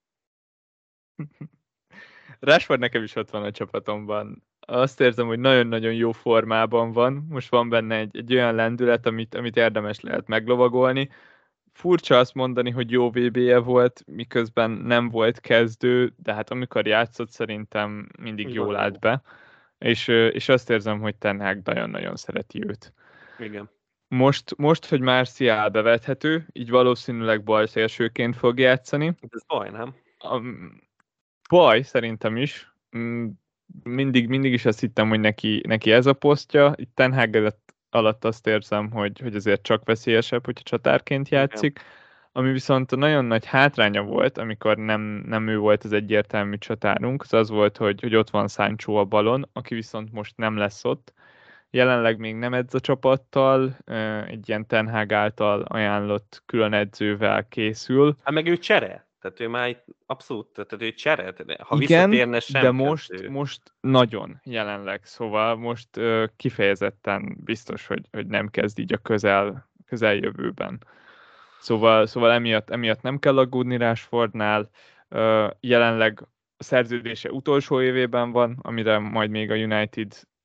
Rashford nekem is ott van a csapatomban. Azt érzem, hogy nagyon-nagyon jó formában van. Most van benne egy, egy olyan lendület, amit, amit érdemes lehet meglovagolni. Furcsa azt mondani, hogy jó vé bé-je volt, miközben nem volt kezdő, de hát amikor játszott, szerintem mindig Igen, jól állt be. És, és azt érzem, hogy Ten Hag nagyon-nagyon szereti őt. Igen. Most, most, hogy Martial bevethető, így valószínűleg balszélsőként fog játszani. Ez baj, nem? A, baj, szerintem is. Mindig, mindig is azt hittem, hogy neki, neki ez a posztja. Itt Ten Hag alatt azt érzem, hogy, hogy azért csak veszélyesebb, hogyha csatárként játszik. Igen. Ami viszont nagyon nagy hátránya volt, amikor nem, nem ő volt az egyértelmű csatárunk, az az volt, hogy, hogy ott van Sancho a balon, aki viszont most nem lesz ott. Jelenleg még nem edz a csapattal, egy ilyen Ten Hag által ajánlott külön edzővel készül. Hát meg ő csere, tehát ő már itt abszolút, tehát ő csere, ha igen, visszatérne sem. De most, most nagyon jelenleg, szóval most kifejezetten biztos, hogy, hogy nem kezd így a közel, közeljövőben. Szóval, szóval emiatt, emiatt nem kell aggódni Rashfordnál, jelenleg a szerződése utolsó évében van, amire majd még a United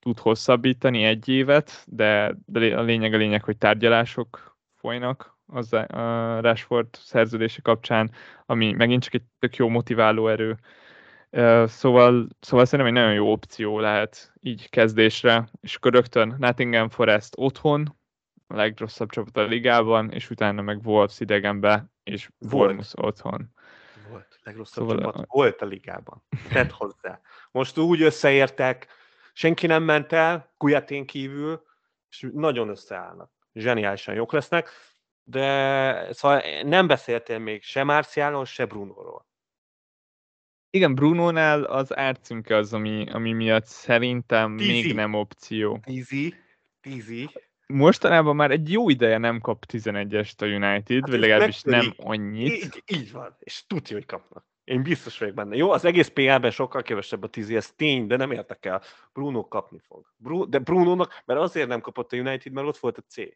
tud hosszabbítani egy évet, de, de a lényeg a lényeg, hogy tárgyalások folynak az a Rashford szerződése kapcsán, ami megint csak egy tök jó motiváló erő. Szóval, szóval szerintem egy nagyon jó opció lehet így kezdésre, és akkor rögtön Nottingham Forest otthon, a legrosszabb csapat a ligában, és utána meg Wolves idegenbe, és Bournemouth otthon. Volt. Legrosszabb Szóval csapat a... volt a ligában. Tedd hozzá. Most úgy összeértek, senki nem ment el, Kouyaté kívül, és nagyon összeállnak. Zseniálisan jók lesznek, de szóval nem beszéltél még se Martialról, se Brunóról. Igen, Brunónál az árcímke az, ami, ami miatt szerintem Tízi. még nem opció. Tízi. Tízi. Mostanában már egy jó ideje nem kap tizenegyest a United, hát vagy legalábbis nem annyit. Így, így van, és tudja, hogy kapnak. Én biztos vagyok benne. Jó, az egész pé el-ben sokkal kevesebb a tízi, ez tény, de nem értek el. Bruno kapni fog. Bru- de Brunónak, mert azért nem kapott a United, mert ott volt a C.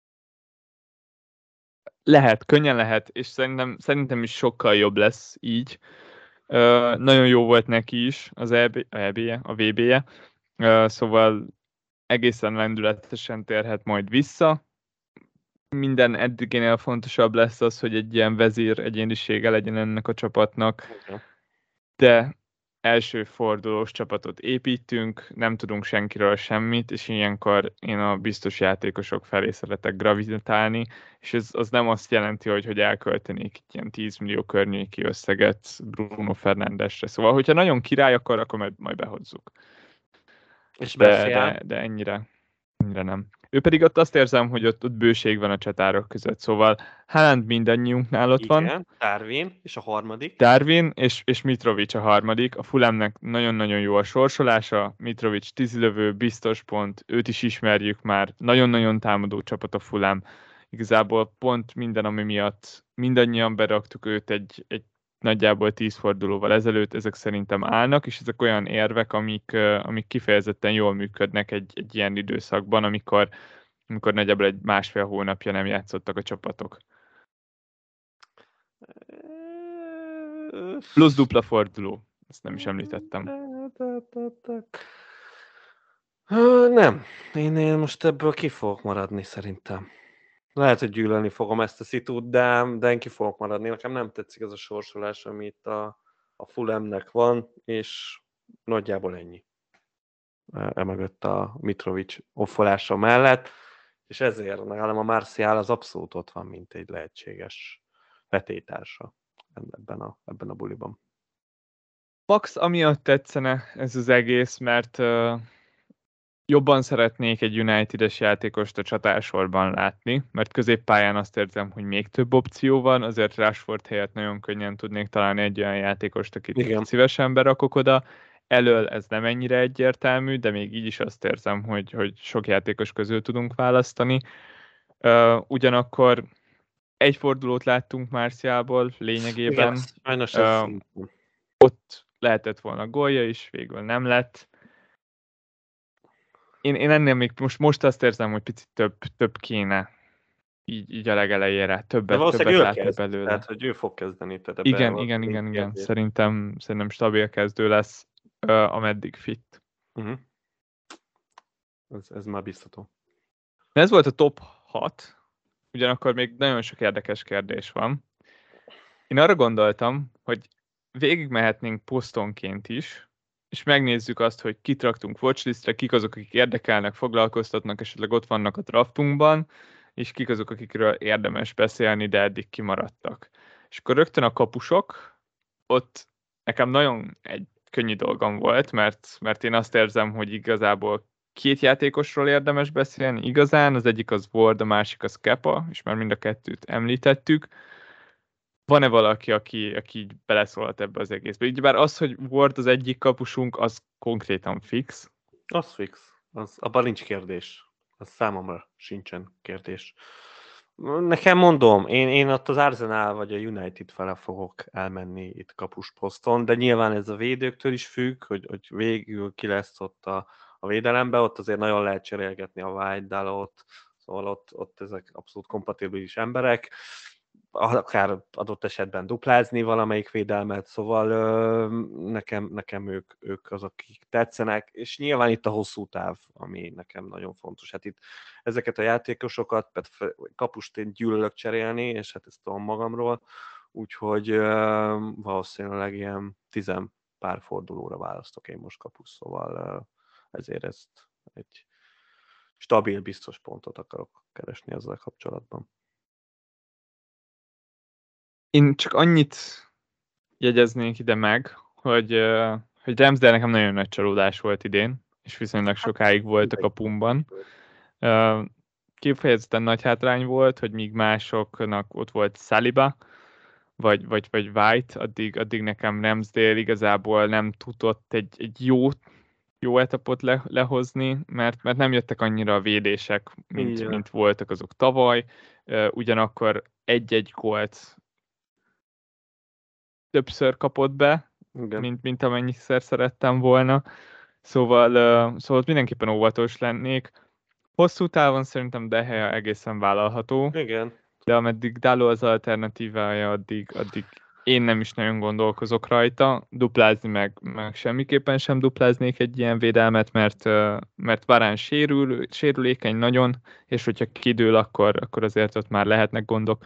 Lehet, könnyen lehet, és szerintem, szerintem is sokkal jobb lesz így. Uh, nagyon jó volt neki is az é bé-je, a vé bé-je, uh, szóval egészen lendületesen térhet majd vissza. Minden eddiginél fontosabb lesz az, hogy egy ilyen vezér egyénisége legyen ennek a csapatnak, okay. De első fordulós csapatot építünk, nem tudunk senkiről semmit, és ilyenkor én a biztos játékosok felé szeretek gravitálni, és ez az nem azt jelenti, hogy, hogy elköltenék ilyen tíz millió környéki összeget Bruno Fernándesre. Szóval, hogyha nagyon király akar, akkor majd, majd behozzuk. És de, de, de ennyire, ennyire nem. Ő pedig ott azt érzem, hogy ott, ott bőség van a csatárok között, szóval Haaland mindannyiunknál ott igen, van. Darwin, és a harmadik. Darwin és, és Mitrovic a harmadik. A Fulhamnek nagyon-nagyon jó a sorsolása. Mitrovic tízilövő, biztos pont, őt is ismerjük már. Nagyon-nagyon támadó csapat a Fulham. Igazából pont minden, ami miatt mindannyian beraktuk őt egy, egy nagyjából tíz fordulóval ezelőtt, ezek szerintem állnak, és ezek olyan érvek, amik, amik kifejezetten jól működnek egy, egy ilyen időszakban, amikor, amikor nagyjából egy másfél hónapja nem játszottak a csapatok. Plusz dupla forduló. Ezt nem is említettem. Nem. Én, én most ebből ki fogok maradni szerintem. Lehet, hogy gyűlölni fogom ezt a szitút, de, de én ki fogok maradni. Nekem nem tetszik ez a sorsolás, ami itt a, a Fulhamnek van, és nagyjából ennyi. Emögött a Mitrovic offolása mellett, és ezért nálam a Martial az abszolút ott van, mint egy lehetséges vetétársa ebben a, ebben a buliban. Max amiatt tetszene ez az egész, mert uh, jobban szeretnék egy United-es játékost a csatársorban látni, mert középpályán azt érzem, hogy még több opció van, azért Rashford helyett nagyon könnyen tudnék találni egy olyan játékost, akit Igen. szívesen berakok oda. Elől ez nem ennyire egyértelmű, de még így is azt érzem, hogy, hogy sok játékos közül tudunk választani. Uh, ugyanakkor egy fordulót láttunk Martialból lényegében. Igen, uh, ott lehetett volna gólja is, végül nem lett. Én, én ennél még most, most azt érzem, hogy picit több, több kéne így, így a legelejére. Többet, többet látni belőle. Tehát, hogy ő fog kezdeni. Tehát igen, igen, igen, igen. Szerintem, szerintem stabil kezdő lesz, uh, ameddig fit. Uh-huh. Ez, ez már biztató. Ez volt a top hat, ugyanakkor még nagyon sok érdekes kérdés van. Én arra gondoltam, hogy végigmehetnénk posztonként is, és megnézzük azt, hogy kit raktunk watchlistre, kik azok, akik érdekelnek, foglalkoztatnak, esetleg ott vannak a draftunkban, és kik azok, akikről érdemes beszélni, de eddig kimaradtak. És akkor rögtön a kapusok, ott nekem nagyon egy könnyű dolgom volt, mert, mert én azt érzem, hogy igazából két játékosról érdemes beszélni igazán, az egyik az Ward, a másik az Kepa, és már mind a kettőt említettük. Van-e valaki, aki, aki így beleszólt ebbe az egészbe? Így bár az, hogy Ward az egyik kapusunk, az konkrétan fix. Az fix. Az, abban nincs kérdés. Az számomra sincsen kérdés. Nekem mondom, én, én ott az Arsenal vagy a United fele fogok elmenni itt kapusposzton, de nyilván ez a védőktől is függ, hogy, hogy végül ki lesz ott a, a védelemben, ott azért nagyon lehet cserélgetni a White-dal ott, szóval ott, ott ezek abszolút kompatibilis emberek. akár adott esetben duplázni valamelyik védelmet, szóval nekem, nekem ők, ők azok, akik tetszenek, és nyilván itt a hosszú táv, ami nekem nagyon fontos. Hát itt ezeket a játékosokat, kapust én gyűlölök cserélni, és hát ezt tudom magamról, úgyhogy valószínűleg ilyen tizen pár fordulóra választok én most kapus, szóval ezért ezt egy stabil, biztos pontot akarok keresni ezzel kapcsolatban. Én csak annyit jegyeznék ide meg, hogy, hogy Ramsdale nekem nagyon nagy csalódás volt idén, és viszonylag sokáig volt a kapumban. Kifejezetten nagy hátrány volt, hogy míg másoknak ott volt Saliba, vagy, vagy, vagy White, addig, addig nekem Ramsdale igazából nem tudott egy, egy jó, jó etapot le, lehozni, mert, mert nem jöttek annyira a védések, mint, mint voltak azok tavaly. Ugyanakkor egy-egy gólt többször kapott be, mint, mint amennyiszer szerettem volna. Szóval, uh, szóval mindenképpen óvatos lennék. Hosszú távon szerintem De Gea egészen vállalható. Igen. De ameddig Dalot az alternatívája, addig, addig én nem is nagyon gondolkozok rajta. Duplázni meg, meg semmiképpen sem dupláznék egy ilyen védelmet, mert, uh, mert Varane sérül, sérülékeny nagyon, és hogyha kidől, akkor, akkor azért ott már lehetnek gondok.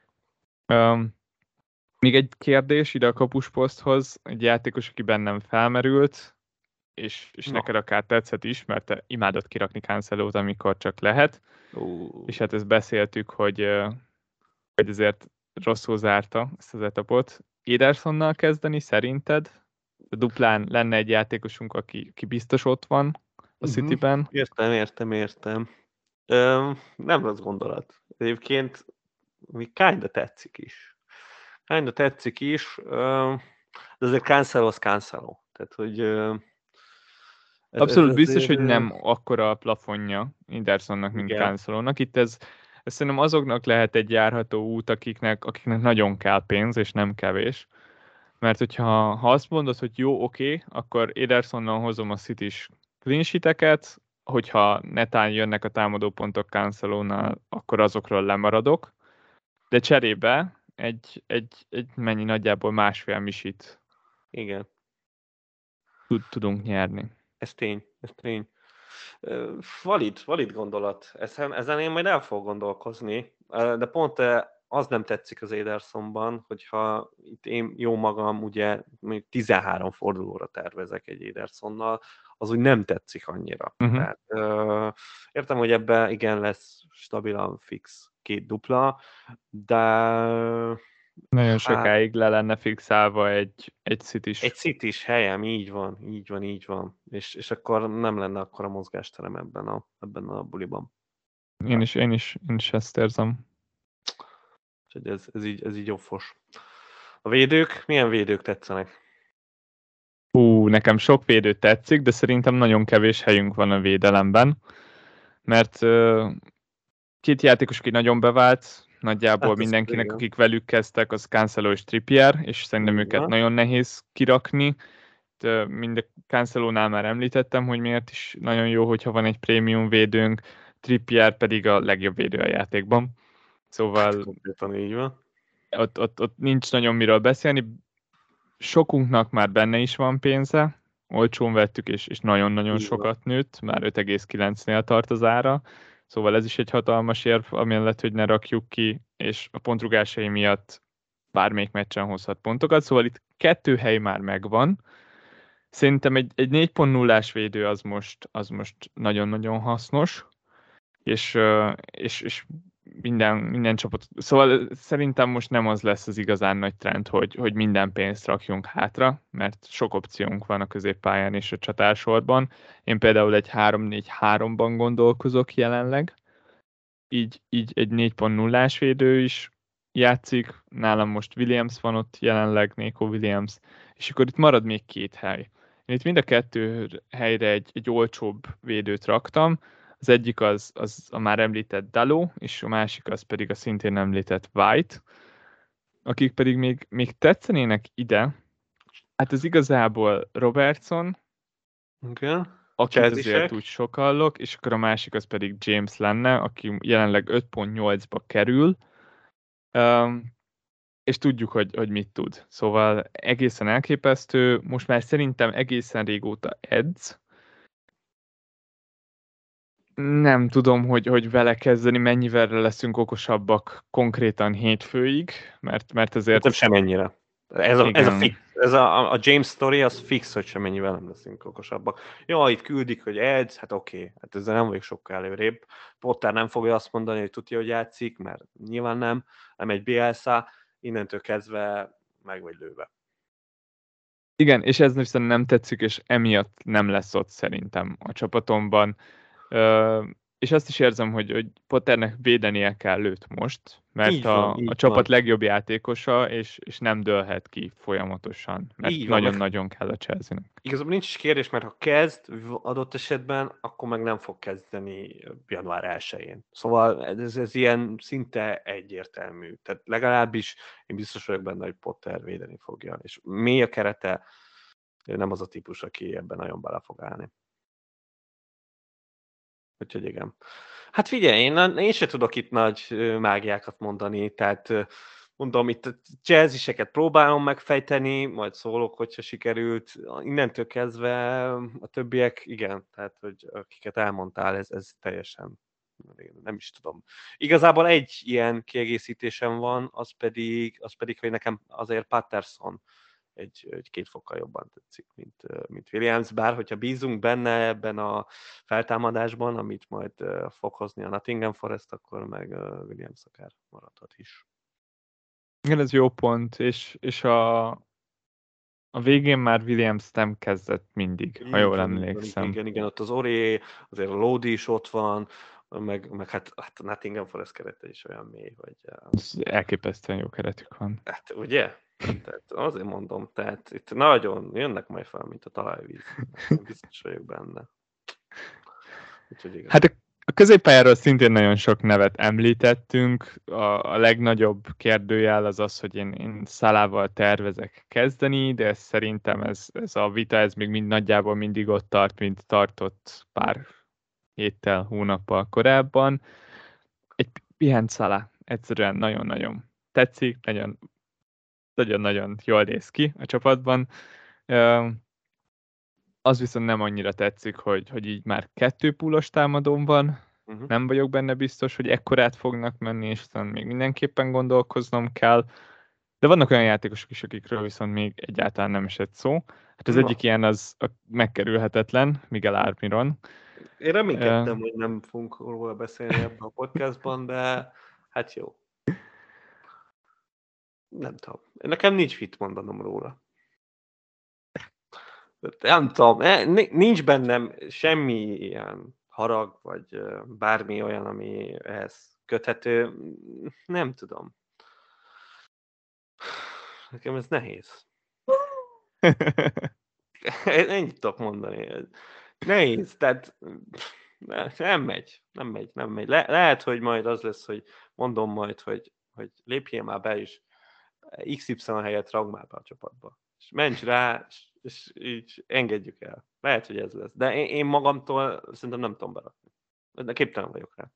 Um, Még egy kérdés ide a kapusposzthoz, egy játékos, aki bennem felmerült, és, és no. neked akár tetszett is, mert te imádod kirakni Cancelót, amikor csak lehet, uh. és hát ezt beszéltük, hogy, hogy ezért rosszul zárta ezt az etapot. Edersonnal kezdeni szerinted? A duplán lenne egy játékosunk, aki, aki biztos ott van a uh-huh. Cityben. Értem, értem, értem. Ö, nem rossz gondolat. Egyébként mi kinda tetszik is. Kinda tetszik is, de azért Cancelo az Cancelo. Tehát, hogy... Ez, Abszolút ez biztos, azért... hogy nem akkora a plafonja Edersonnak, mint Cancelónak. Itt ez, ez szerintem azoknak lehet egy járható út, akiknek, akiknek nagyon kell pénz, és nem kevés. Mert hogyha ha azt mondod, hogy jó, oké, okay, akkor Edersonnal hozom a City-s clean sheet-eket, hogyha netán jönnek a támadópontok Cancelónál, akkor azokról lemaradok. De cserébe egy, egy, egy mennyi nagyjából másfél misit Igen. tudunk nyerni. Ez tény, ez tény. Valid, valid gondolat. Ezen, ezen én majd el fogok gondolkozni, de pont az nem tetszik az Edersonban, hogyha itt én jó magam, ugye még tizenhárom fordulóra tervezek egy Edersonnal, az úgy nem tetszik annyira. Uh-huh. Tehát, ö, értem, hogy ebben igen lesz stabilan fix két dupla, de... Nagyon sokáig le lenne fixálva egy, egy City-s. Egy City-s helyem, így van, így van, így van. És, és akkor nem lenne akkora mozgásterem ebben a, ebben a buliban. Én is, én is, én is ezt érzem. Úgyhogy ez, ez, így, ez így jobbfos. A védők, milyen védők tetszenek? Hú, nekem sok védő tetszik, de szerintem nagyon kevés helyünk van a védelemben. Mert uh, két játékos, aki nagyon bevált, nagyjából hát mindenkinek, igen. akik velük kezdtek, az Cancelo és Trippier, és szerintem igen. őket nagyon nehéz kirakni. De mind a Cancelónál már említettem, hogy miért is nagyon jó, hogyha van egy prémium védőnk, Trippier pedig a legjobb védő a játékban. Szóval konkrétan így van. Ott, ott, ott nincs nagyon miről beszélni. Sokunknak már benne is van pénze, olcsón vettük, és, és nagyon-nagyon így sokat van. Nőtt, már öt egész kilencnél tart az ára. Szóval ez is egy hatalmas érv, amellett, hogy ne rakjuk ki, és a pontrugásai miatt bármelyik meccsen hozhat pontokat. Szóval itt kettő hely már megvan. Szerintem egy, egy négy pont nullás védő az most, az most nagyon-nagyon hasznos, és, és, és minden, minden csapat. Szóval szerintem most nem az lesz az igazán nagy trend, hogy, hogy minden pénzt rakjunk hátra, mert sok opciónk van a középpályán és a csatársorban. Én például egy három négy háromban gondolkozok jelenleg, így, így egy négy pont nullás védő is játszik, nálam most Williams van ott jelenleg, Nico Williams, és akkor itt marad még két hely. Én itt mind a kettő helyre egy, egy olcsóbb védőt raktam, az egyik az, az a már említett Dalot, és a másik az pedig a szintén említett White, akik pedig még, még tetszenének ide. Hát ez igazából Robertson, okay. akit azért úgy sokallok, és akkor a másik az pedig James lenne, aki jelenleg öt pont nyolcba kerül, Um, és tudjuk, hogy, hogy mit tud. Szóval egészen elképesztő. Most már szerintem egészen régóta edz. Nem tudom, hogy, hogy vele kezdeni, mennyivel leszünk okosabbak konkrétan hétfőig, mert, mert ezért... Nem semennyire. Ez a, ez a Igen. fix. Ez a, a James story, az fix, hogy semennyivel nem leszünk okosabbak. Jó, itt küldik, hogy edz, hát oké, okay. Hát ezzel nem vagyok sokkal előrébb. Potter nem fogja azt mondani, hogy tudja, hogy játszik, mert nyilván nem, nem egy Bielsa, innentől kezdve meg vagy lőve. Igen, és ez viszont nem tetszik, és emiatt nem lesz ott szerintem a csapatomban. Ö, és azt is érzem, hogy, hogy Potternek védenie kell őt most, mert Így a, van, a így csapat van. legjobb játékosa, és, és nem dőlhet ki folyamatosan, mert Így van, meg nagyon-nagyon kell a Chelsea-nek. igazából nincs is kérdés, mert ha kezd adott esetben, akkor meg nem fog kezdeni január elsején. Szóval ez, ez ilyen szinte egyértelmű. Tehát legalábbis én biztos vagyok benne, hogy Potter védeni fogja. És mély a kerete, nem az a típus, aki ebben nagyon bele fog állni. Úgyhogy igen. Hát figyelj, én, én se tudok itt nagy mágiákat mondani, tehát mondom, itt a jazziseket próbálom megfejteni, majd szólok, hogyha sikerült. Innentől kezdve a többiek, igen, tehát, hogy akiket elmondtál, ez, ez teljesen, nem is tudom. Igazából egy ilyen kiegészítésem van, az pedig, az pedig hogy nekem azért Patterson egy, egy két fokkal jobban tetszik, mint, mint Williams, bár hogyha bízunk benne ebben a feltámadásban, amit majd fog hozni a Nottingham Forest, akkor meg Williams akár maradhat is. Igen, ez jó pont, és, és a, a végén már Williams nem kezdett mindig, Így ha jól van, emlékszem. igen, igen, ott az Oré, azért a Lodi is ott van, meg, meg hát, hát a Nottingham Forest kerete is olyan mély, hogy... Elképesztően jó keretük van. Hát ugye? Tehát azért mondom, tehát itt nagyon jönnek majd fel, mint a talajvíz. Én biztos vagyok benne. Úgyhogy igen. Hát a, a középpályáról szintén nagyon sok nevet említettünk. A, a legnagyobb kérdőjel az az, hogy én, én Szalával tervezek kezdeni, de szerintem ez, ez a vita ez még mind nagyjából mindig ott tart, mint tartott pár héttel, hónappal korábban. Egy pihent Salah egyszerűen nagyon-nagyon tetszik, nagyon nagyon-nagyon jól néz ki a csapatban. Az viszont nem annyira tetszik, hogy, hogy így már kettő púlos támadón van, uh-huh. Nem vagyok benne biztos, hogy ekkorát fognak menni, és aztán még mindenképpen gondolkoznom kell. De vannak olyan játékosok is, akikről viszont még egyáltalán nem esett szó. Hát az no. egyik ilyen az a megkerülhetetlen, Miguel Almiron. Én reménykedtem, uh, hogy nem fogunk róla beszélni ebben a podcastban, de hát jó. Nem tudom. Nekem nincs mit mondanom róla. Nem tudom, nincs bennem semmi ilyen harag, vagy bármi olyan, ami ehhez köthető. Nem tudom. Nekem ez nehéz. Ennyit tudok mondani. Nehéz, tehát nem megy, nem megy, nem megy. Le- lehet, hogy majd az lesz, hogy mondom majd, hogy, hogy lépjél már be, és iksz ipszilon helyett ragd már be a csapatba. És menj rá, és, és így engedjük el. Lehet, hogy ez lesz. De én, én magamtól szerintem nem tudom berakni. De képtelen vagyok rá.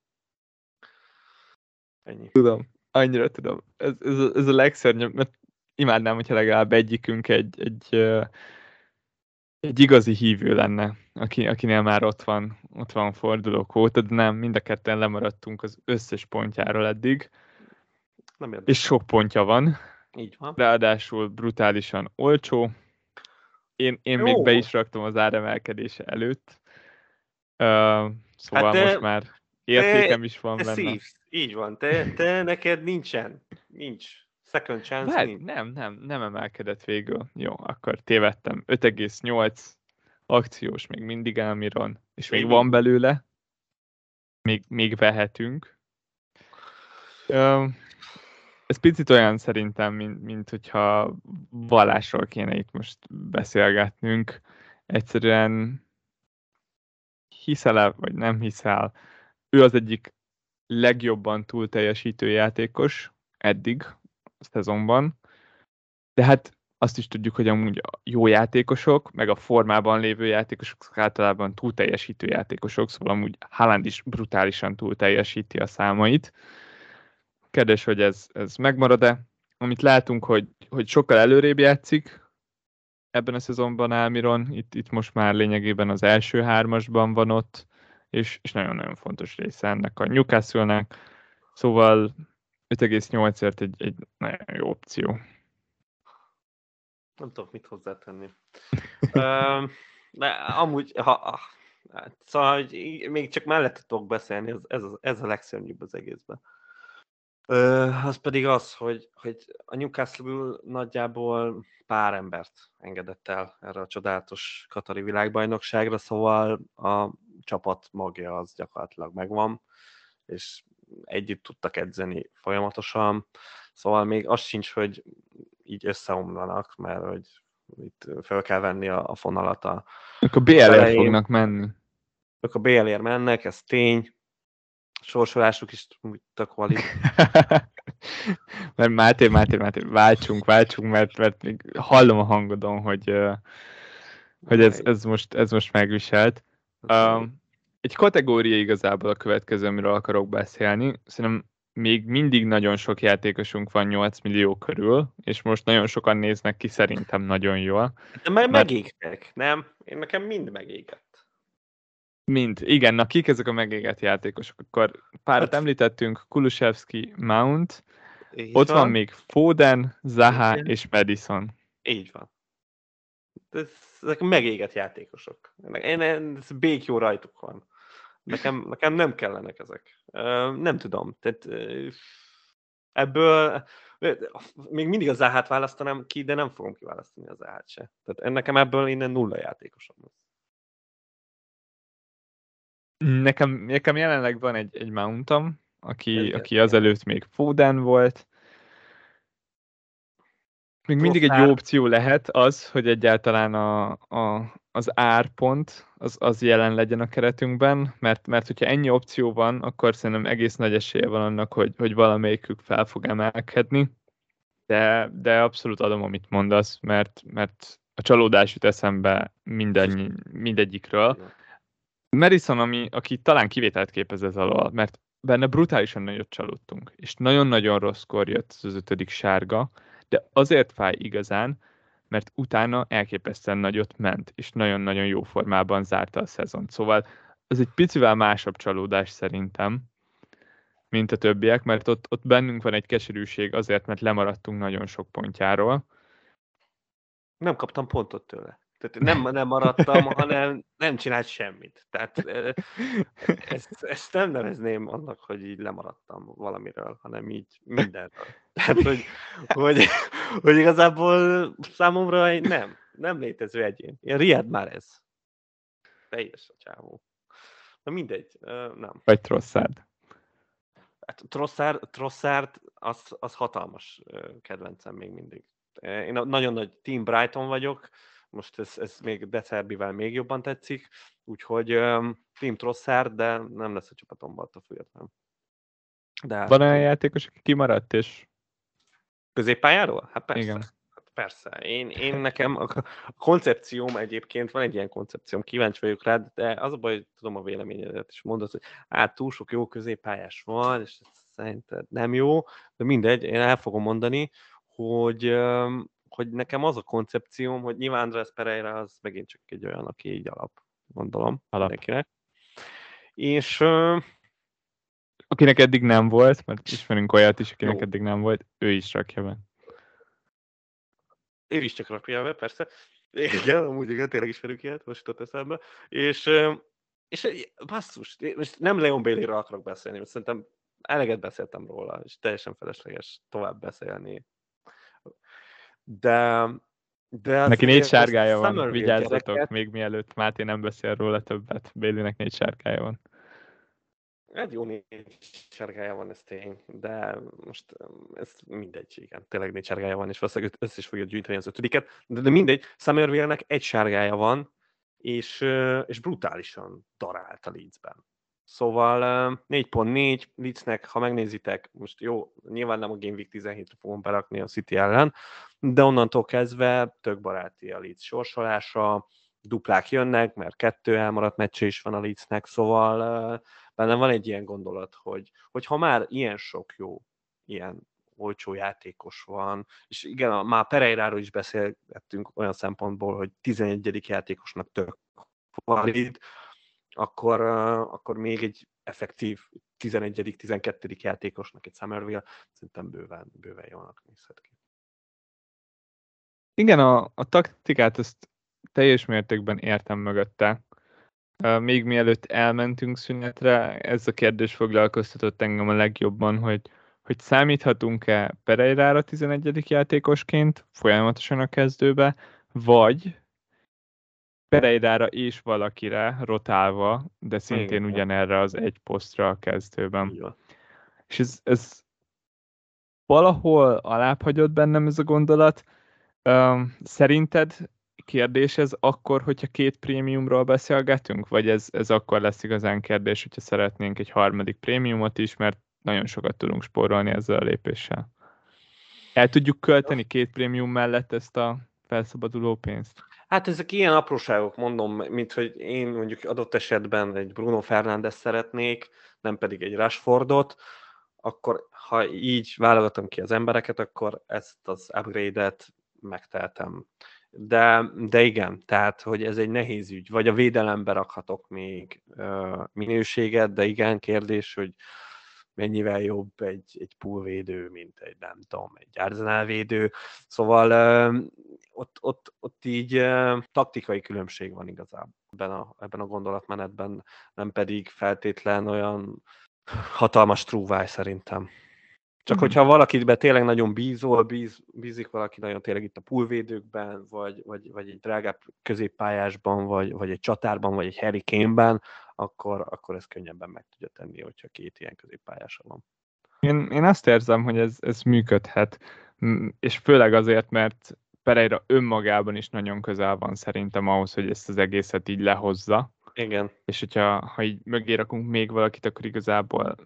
Ennyi. Tudom, annyira tudom. Ez, ez, a, ez a legszörnyebb, mert imádnám, hogyha legalább egyikünk egy, egy, egy igazi hívő lenne, aki, akinél már ott van, ott van fordulók óta, de nem, mind a ketten lemaradtunk az összes pontjáról eddig. Nem és sok pontja van. Így van. Ráadásul brutálisan olcsó. Én, én még be is raktam az áremelkedése előtt. Uh, szóval hát te, most már értékem is van te benne. Szívsz. Így van, te, te neked nincsen. Nincs. Second chance Várj, nincs. nem, nem, nem emelkedett végül. Jó, akkor tévedtem. öt egész nyolc akciós még mindig Almiron, és még van belőle. Még, még vehetünk. Uh, ez picit olyan szerintem, mint, mint hogyha vallásról kéne itt most beszélgetnünk. Egyszerűen hiszel-e, vagy nem hiszel, ő az egyik legjobban túl teljesítő játékos eddig a szezonban, de hát azt is tudjuk, hogy amúgy a jó játékosok, meg a formában lévő játékosok általában túl teljesítő játékosok, szóval amúgy Haaland is brutálisan túl teljesíti a számait. kérdés, hogy ez, ez megmarad-e. Amit látunk, hogy, hogy sokkal előrébb játszik ebben a szezonban Almiron, itt, itt most már lényegében az első hármasban van ott, és, és nagyon-nagyon fontos része ennek a Newcastle-nek, szóval öt egész nyolcért egy, egy nagyon jó opció. Nem tudok mit hozzátenni. Ö, de amúgy, ha, hát, szóval, hogy még csak mellette tudok beszélni, ez, ez, ez a legszörnyűbb az egészben. Ö, az pedig az, hogy, hogy a Newcastle nagyjából pár embert engedett el erre a csodálatos katari világbajnokságra, szóval a csapat magja az gyakorlatilag megvan, és együtt tudtak edzeni folyamatosan, szóval még az sincs, hogy így összeomlanak, mert hogy itt fel kell venni a, a fonalat a Ők a bé el er fognak menni. Ők a bé el er mennek, ez tény. A sorsolásuk is úgy tök valid. Mert Máté, Máté, Máté, váltsunk, váltsunk, mert, mert még hallom a hangodon, hogy, hogy ez, ez, most, ez most megviselt. Um, egy kategória igazából a következő, amiről akarok beszélni. Szerintem még mindig nagyon sok játékosunk van nyolc millió körül, és most nagyon sokan néznek ki szerintem nagyon jól. De már mert... megégtek, nem? Én nekem mind megégett. Mind. Igen, na kik ezek a megégett játékosok? Akkor párat hát... említettünk, Kulusevski, Mount, így ott van. van még Foden, Zaha igen. és Madison. Így van. Ez, ezek megégett játékosok. Én, én, ez békjó rajtuk van. Nekem, nekem nem kellenek ezek. Uh, nem tudom. Tehát, uh, ebből uh, még mindig a Zahát választanám ki, de nem fogom kiválasztani a Zahát se. Tehát nekem ebből innen nulla játékosom lesz. Nekem, nekem jelenleg van egy, egy Mountam, aki, aki azelőtt még Foden volt. Még mindig egy jó opció lehet az, hogy egyáltalán a, a, az árpont az, az jelen legyen a keretünkben, mert, mert hogyha ennyi opció van, akkor szerintem egész nagy esélye van annak, hogy, hogy valamelyikük fel fog emelkedni. De, de abszolút adom, amit mondasz, mert, mert a csalódás jut eszembe mindennyi, mindegyikről. Madison, ami, aki talán kivételt képez ez alól, mert benne brutálisan nagyot csalódtunk, és nagyon-nagyon rosszkor jött az ötödik sárga, de azért fáj igazán, mert utána elképesztően nagyot ment, és nagyon-nagyon jó formában zárta a szezont. Szóval ez egy picivel másabb csalódás szerintem, mint a többiek, mert ott, ott bennünk van egy keserűség azért, mert lemaradtunk nagyon sok pontjáról. Nem kaptam pontot tőle. Tehát nem, nem maradtam, hanem nem csinált semmit. Tehát ezt, ezt nem nevezném annak, hogy így lemaradtam valamiről, hanem így mindenről. Tehát, hogy, hogy, hogy igazából számomra nem, nem létező egyén. Ilyen Riyad Mahrez. Teljes a csávó. Na mindegy, nem. Vagy Trossard. Hát Trossard, Trossard az, az hatalmas kedvencem még mindig. Én nagyon nagy Team Brighton vagyok, most ez, ez még De Zerbivel még jobban tetszik, úgyhogy um, Team Trossard, de nem lesz a csapatomban attól függetlenül. De van olyan játékos, aki kimaradt, és... Középpályáról? Hát persze. Igen. Hát persze. Én, én nekem a koncepcióm egyébként, van egy ilyen koncepcióm, kíváncsi vagyok rá, de az a baj, hogy tudom a véleményedet, és mondod, hogy hát túl sok jó középpályás van, és szerinted nem jó, de mindegy, én el fogom mondani, hogy, hogy nekem az a koncepcióm, hogy nyilván Andrés Pereira az megint csak egy olyan, aki így alap, gondolom, alap. Mindenkinek. És... Akinek eddig nem volt, mert ismerünk olyat is, akinek jó. eddig nem volt, ő is rakja be. Ő is csak rakja be, persze. Igen, amúgy igen, tényleg ismerünk ilyet, most jutott eszembe. És, és basszus, most nem Leon Bailey-ről akarok beszélni, mert szerintem eleget beszéltem róla, és teljesen felesleges tovább beszélni. De... de neki négy sárgája van, vigyázzatok, gyereket... még mielőtt Máté nem beszél róla többet. Baileynek négy sárgája van. Hát jó négy sárgája van, ez tény, de most ez mindegy, igen, tényleg négy sárgája van, és valószínűleg össze is fogja gyűjteni az ötödiket, de, de mindegy, Summerville-nek egy sárgája van, és, és brutálisan darált a Leedsben. Szóval négy pont négy Leedsnek, ha megnézitek, most jó, nyilván nem a Game Week tizenhétre fogom berakni a City ellen, de onnantól kezdve tök baráti a Leeds sorsolása, duplák jönnek, mert kettő elmaradt meccse is van a Leedsnek, szóval bennem van egy ilyen gondolat, hogy, hogy ha már ilyen sok jó ilyen olcsó játékos van, és igen, a, már Pereiráról is beszélgettünk olyan szempontból, hogy tizenegyedik játékosnak tök valid, akkor, uh, akkor még egy effektív tizenegyedik tizenkettedik játékosnak egy Summerville szerintem bőven, bőven jónak nézhet ki. Igen, a, a taktikát ezt teljes mértékben értem mögötte. Még mielőtt elmentünk szünetre, ez a kérdés foglalkoztatott engem a legjobban, hogy, hogy számíthatunk-e Pereirára tizenegyedik játékosként folyamatosan a kezdőbe, vagy Pereirára és valakire rotálva, de szintén Igen, ugyanerre az egy posztra a kezdőben. igen. És ez, ez valahol alább hagyott bennem ez a gondolat. Um, szerinted kérdés ez akkor, hogyha két prémiumról beszélgetünk? Vagy ez, ez akkor lesz igazán kérdés, hogyha szeretnénk egy harmadik prémiumot is, mert nagyon sokat tudunk spórolni ezzel a lépéssel. El tudjuk költeni két prémium mellett ezt a felszabaduló pénzt? Hát ezek ilyen apróságok, mondom, mint hogy én mondjuk adott esetben egy Bruno Fernandes szeretnék, nem pedig egy Rashfordot, akkor ha így válogatom ki az embereket, akkor ezt az upgrade-et megtehetem. De, de igen, tehát, hogy ez egy nehéz ügy. Vagy a védelembe rakhatok még uh, minőséget, de igen, kérdés, hogy mennyivel jobb egy, egy poolvédő, mint egy, nem tudom, egy Arsenal védő. Szóval uh, ott, ott, ott így uh, taktikai különbség van igazából ebben a, ebben a gondolatmenetben, nem pedig feltétlen olyan hatalmas trúváj szerintem. Csak Mhm. hogyha valakiben tényleg nagyon bízol, bíz, bízik valaki nagyon tényleg itt a poolvédőkben, vagy, vagy, vagy egy drágább középpályásban, vagy, vagy egy csatárban, vagy egy Harry Kane-ben, akkor, akkor ez könnyebben meg tudja tenni, hogyha két ilyen középpályása van. Én, én azt érzem, hogy ez, ez működhet, és főleg azért, mert Pereira önmagában is nagyon közel van szerintem ahhoz, hogy ezt az egészet így lehozza. Igen. És hogyha ha így mögé rakunk még valakit, akkor igazából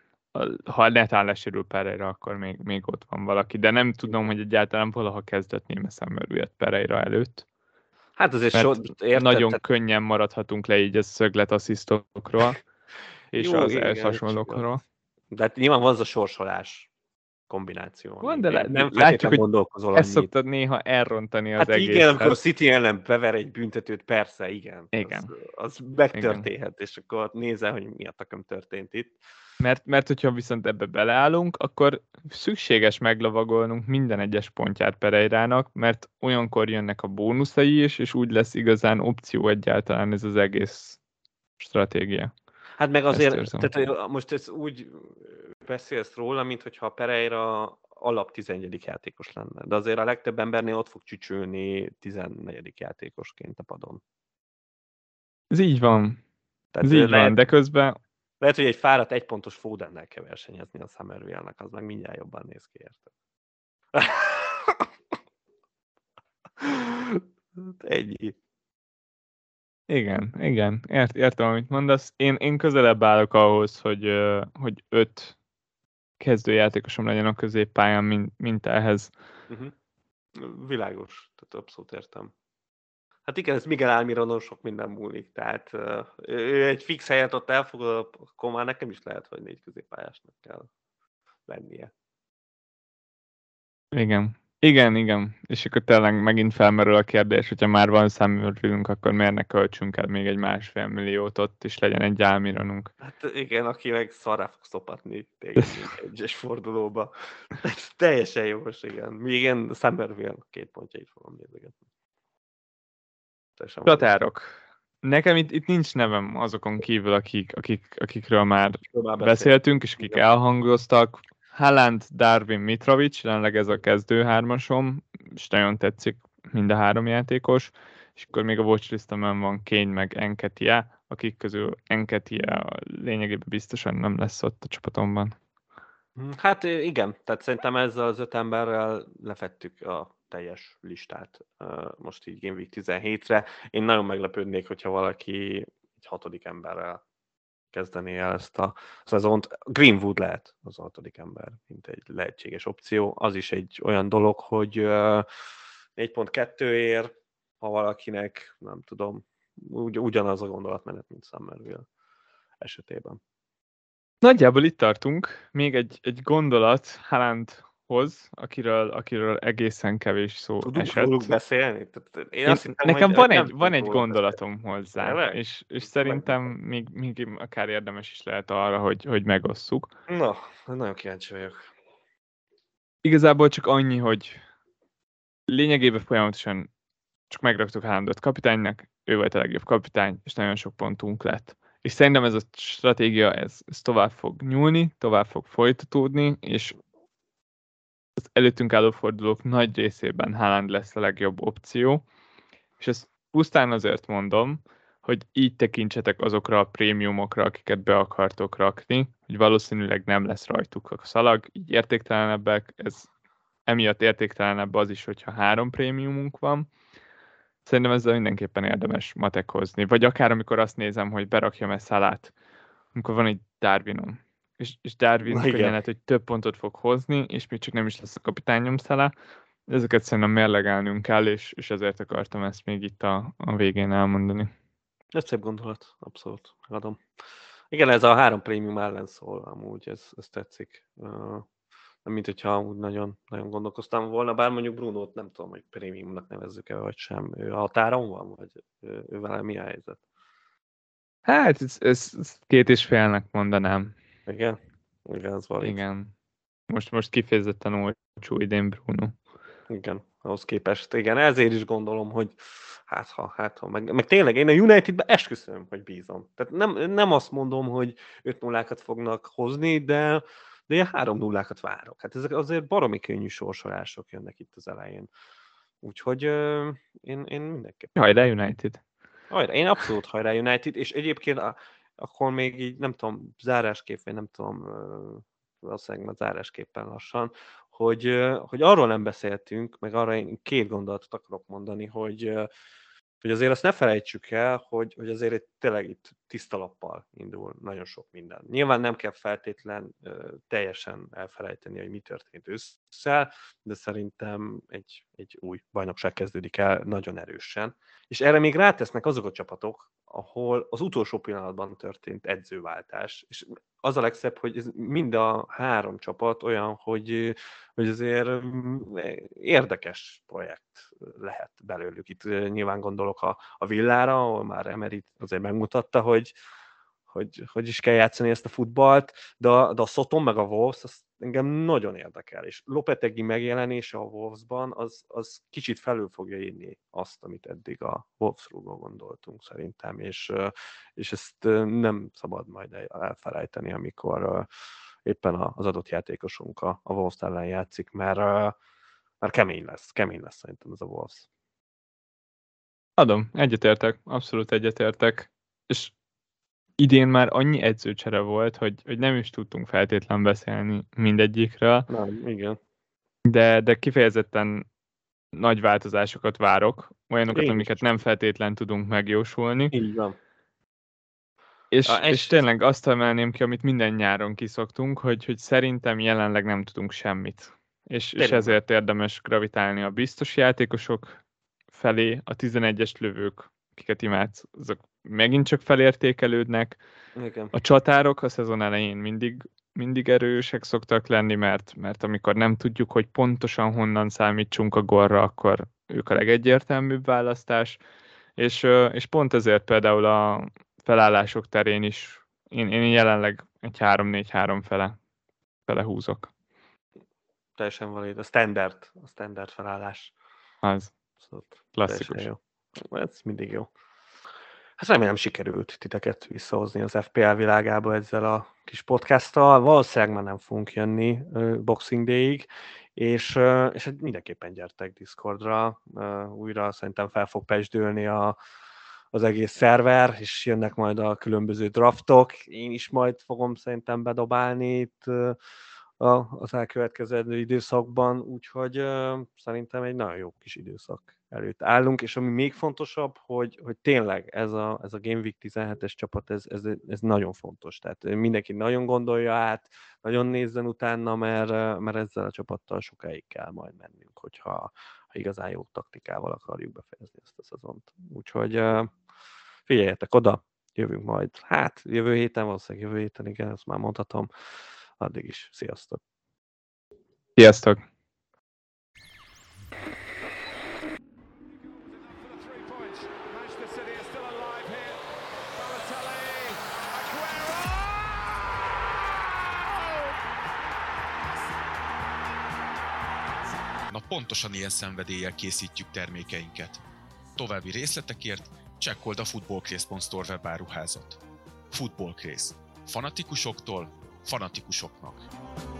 ha netán lesérül Pereira, akkor még, még ott van valaki. De nem tudom, hogy egyáltalán valaha kezdett néme Summerville Pereira előtt. Hát azért Mert so, érted, nagyon tehát... könnyen maradhatunk le így a szöglet asszisztokról, és Jó, az ehhez igen, hasonlókról. de hát nyilván van az a sorsolás kombináció, Van, ami de nem, nem látjuk, feltétlenül hogy gondolkozol ezt annyit. szoktad néha elrontani az Hát egészet. igen, amikor City ellen bever egy büntetőt, persze, igen. Igen. Az, az megtörténhet, és akkor nézel, hogy mi a takom történt itt. Mert, mert hogyha viszont ebbe beleállunk, akkor szükséges meglavagolnunk minden egyes pontját Pereirának, mert olyankor jönnek a bónuszai is, és úgy lesz igazán opció egyáltalán ez az egész stratégia. Hát meg azért, tehát most ez úgy beszélsz róla, mint hogyha Pereira alap tizenegyedik játékos lenne. De azért a legtöbb embernél ott fog csücsülni tizennegyedik játékosként a padon. Ez így van. Tehát ez így lehet, van, de közben... Lehet, hogy egy fáradt egypontos Fodennel kell versenyezni a Summerville-nek, az meg mindjárt jobban néz ki, érted? Ennyi. Igen, igen, Ért, értem, amit mondasz. Én, én közelebb állok ahhoz, hogy, hogy öt kezdőjátékosom legyen a középpályán, mint, mint ehhez. Uh-huh. Világos, tehát abszolút értem. Hát igen, ez Miguel Almironon sok minden múlik, tehát uh, ő egy fix helyet ott elfogad, akkor már nekem is lehet, hogy négy középpályásnak kell lennie. Igen. Igen, igen. És akkor tényleg megint felmerül a kérdés, hogyha már van Summerville-ünk, akkor miért ne költsünk el még egy másfél milliót ott, és legyen egy Almironunk. Hát igen, aki meg szarrá fog szopatni téged egyes fordulóba. Teljesen jogos, igen. Még én Summerville két pontjait fogom nézegetni. Csatárok. Nekem itt, itt nincs nevem azokon kívül, akik, akik, akikről már, már beszéltünk, és akik igen. elhangoztak. Haaland, Darwin, Mitrovic, jelenleg ez a kezdő hármasom, és nagyon tetszik mind a három játékos, és akkor még a watchlistomon van Kane meg Enketia, akik közül Enketia lényegében biztosan nem lesz ott a csapatomban. Hát igen, tehát szerintem ezzel az öt emberrel lefettük a teljes listát most így Game Week tizenhétre. Én nagyon meglepődnék, hogyha valaki egy hatodik emberrel kezdené el ezt a szezont. Greenwood lehet az a hatodik ember, mint egy lehetséges opció. Az is egy olyan dolog, hogy négy pont kettő ér, ha valakinek, nem tudom, ugy, ugyanaz a gondolatmenet, mint Summerville esetében. Nagyjából itt tartunk. Még egy, egy gondolat Haalandhoz, akiről, akiről egészen kevés szó Tudunk róluk esett. beszélni? Tehát én Én, azt hittem, nekem hogy van nem egy, van tudunk egy róla beszélni. gondolatom hozzá, Tényleg? és, és Meg- szerintem még, még akár érdemes is lehet arra, hogy, hogy megosszuk. Na, nagyon kíváncsi vagyok. Igazából csak annyi, hogy lényegében folyamatosan csak megraktuk Haalandot kapitánynak, ő volt a legjobb kapitány, és nagyon sok pontunk lett. És szerintem ez a stratégia, ez, ez tovább fog nyúlni, tovább fog folytatódni, és az előttünk álló fordulók nagy részében Haaland lesz a legjobb opció, és ezt pusztán azért mondom, hogy így tekintsetek azokra a prémiumokra, akiket be akartok rakni, hogy valószínűleg nem lesz rajtuk a szalag, így értéktelenebbek, ez emiatt értéktelenebb az is, hogyha három prémiumunk van. Szerintem ezzel mindenképpen érdemes matekozni. Vagy akár amikor azt nézem, hogy berakjam-e Salát, amikor van egy Darwinom. És, és Darwin Na könnyen igen. lehet, hogy több pontot fog hozni, és még csak nem is lesz a kapitányom Salah. Ezeket szerintem mérlegelnünk kell, és, és ezért akartam ezt még itt a, a végén elmondani. Ez szép gondolat, abszolút, adom. Igen, ez a három prémium ellen szól, amúgy ez, ez tetszik. Uh, nem mint hogyha úgy nagyon, nagyon gondolkoztam volna, bár mondjuk Brunót nem tudom, hogy prémiumnak nevezzük-e, vagy sem. Ő a határon van, vagy ő, ő vele mi a helyzet? Hát ez, ez, ez két és félnek mondanám. Igen? Igen, az valid. Igen. Most, most kifejezetten olcsó idén Bruno. Igen, ahhoz képest. Igen, ezért is gondolom, hogy hát ha, hát ha, meg, meg tényleg én a Unitedben esküszöm, hogy bízom. Tehát nem, nem azt mondom, hogy öt nullákat fognak hozni, de, de ilyen három nullákat várok. Hát ezek azért baromi könnyű sorsolások jönnek itt az elején. Úgyhogy uh, én, én mindenképpen. Hajrá United! Hajrá, én abszolút hajrá United, és egyébként a, akkor még így, nem tudom, zárásképp, vagy nem tudom, valószínűleg már zárásképpen lassan, hogy, hogy arról nem beszéltünk, meg arra én két gondolatot akarok mondani, hogy, hogy azért azt ne felejtsük el, hogy, hogy azért itt, tényleg itt tiszta lappal indul nagyon sok minden. Nyilván nem kell feltétlen uh, teljesen elfelejteni, hogy mi történt ősszel, de szerintem egy, egy új bajnokság kezdődik el nagyon erősen. És erre még rátesznek azok a csapatok, ahol az utolsó pillanatban történt edzőváltás. És az a legszebb, hogy ez mind a három csapat olyan, hogy, hogy azért érdekes projekt lehet belőlük. Itt nyilván gondolok a, a Villára, ahol már Emery azért megmutatta, hogy, hogy hogy is kell játszani ezt a futballt, de a, de a Soton meg a Wolves, az engem nagyon érdekel, és Lopetegi megjelenése a Wolvesban, az, az kicsit felül fogja írni azt, amit eddig a Wolvesról gondoltunk szerintem, és, és ezt nem szabad majd elfelejteni, amikor éppen az adott játékosunk a, a Wolves ellen játszik, mert, mert kemény lesz, kemény lesz szerintem ez a Wolves. Adom, egyetértek, abszolút egyetértek, és idén már annyi edzőcsere volt, hogy, hogy nem is tudtunk feltétlen beszélni mindegyikről. Nem, igen. De, de kifejezetten nagy változásokat várok, olyanokat, Én amiket is. nem feltétlen tudunk megjósolni. Így van. És, Ja, és és tényleg azt emelném ki, amit minden nyáron kiszoktunk, hogy, hogy szerintem jelenleg nem tudunk semmit. És, és tényleg nem. ezért érdemes gravitálni a biztos játékosok felé, a tizenegyes lövők, akiket imádsz, azok megint csak felértékelődnek. Igen. A csatárok a szezon elején mindig, mindig erősek szoktak lenni, mert, mert amikor nem tudjuk, hogy pontosan honnan számítsunk a gólra, akkor ők a legegyértelműbb választás. És, és pont ezért például a felállások terén is én, én jelenleg egy három négy három fele, fele húzok. Teljesen valid. A standard, a standard felállás. Az Szóval klasszikus. jó. Ez mindig jó. Hát remélem sikerült titeket visszahozni az ef pé el világába ezzel a kis podcasttal. Valószínűleg már nem fogunk jönni Boxing Day-ig, és, és mindenképpen gyertek Discordra. Újra szerintem fel fog pesdülni a, az egész szerver, és jönnek majd a különböző draftok. Én is majd fogom szerintem bedobálni itt az elkövetkező időszakban, úgyhogy uh, szerintem egy nagyon jó kis időszak előtt állunk, és ami még fontosabb, hogy, hogy tényleg ez a, ez a Game Week tizenhetes csapat, ez, ez, ez nagyon fontos, tehát mindenki nagyon gondolja át, nagyon nézzen utána, mert, mert ezzel a csapattal sokáig kell majd mennünk, hogyha ha igazán jó taktikával akarjuk befejezni ezt a szezont. Úgyhogy uh, figyeljetek oda, jövünk majd. Hát, jövő héten, valószínűleg jövő héten, igen, ezt már mondhatom. Addig is, sziasztok! Sziasztok! Na pontosan ilyen szenvedéllyel készítjük termékeinket. További részletekért csekkold a footballcraze pont store webáruházat. Footballcraze. Fanatikusoktól fanatikusoknak.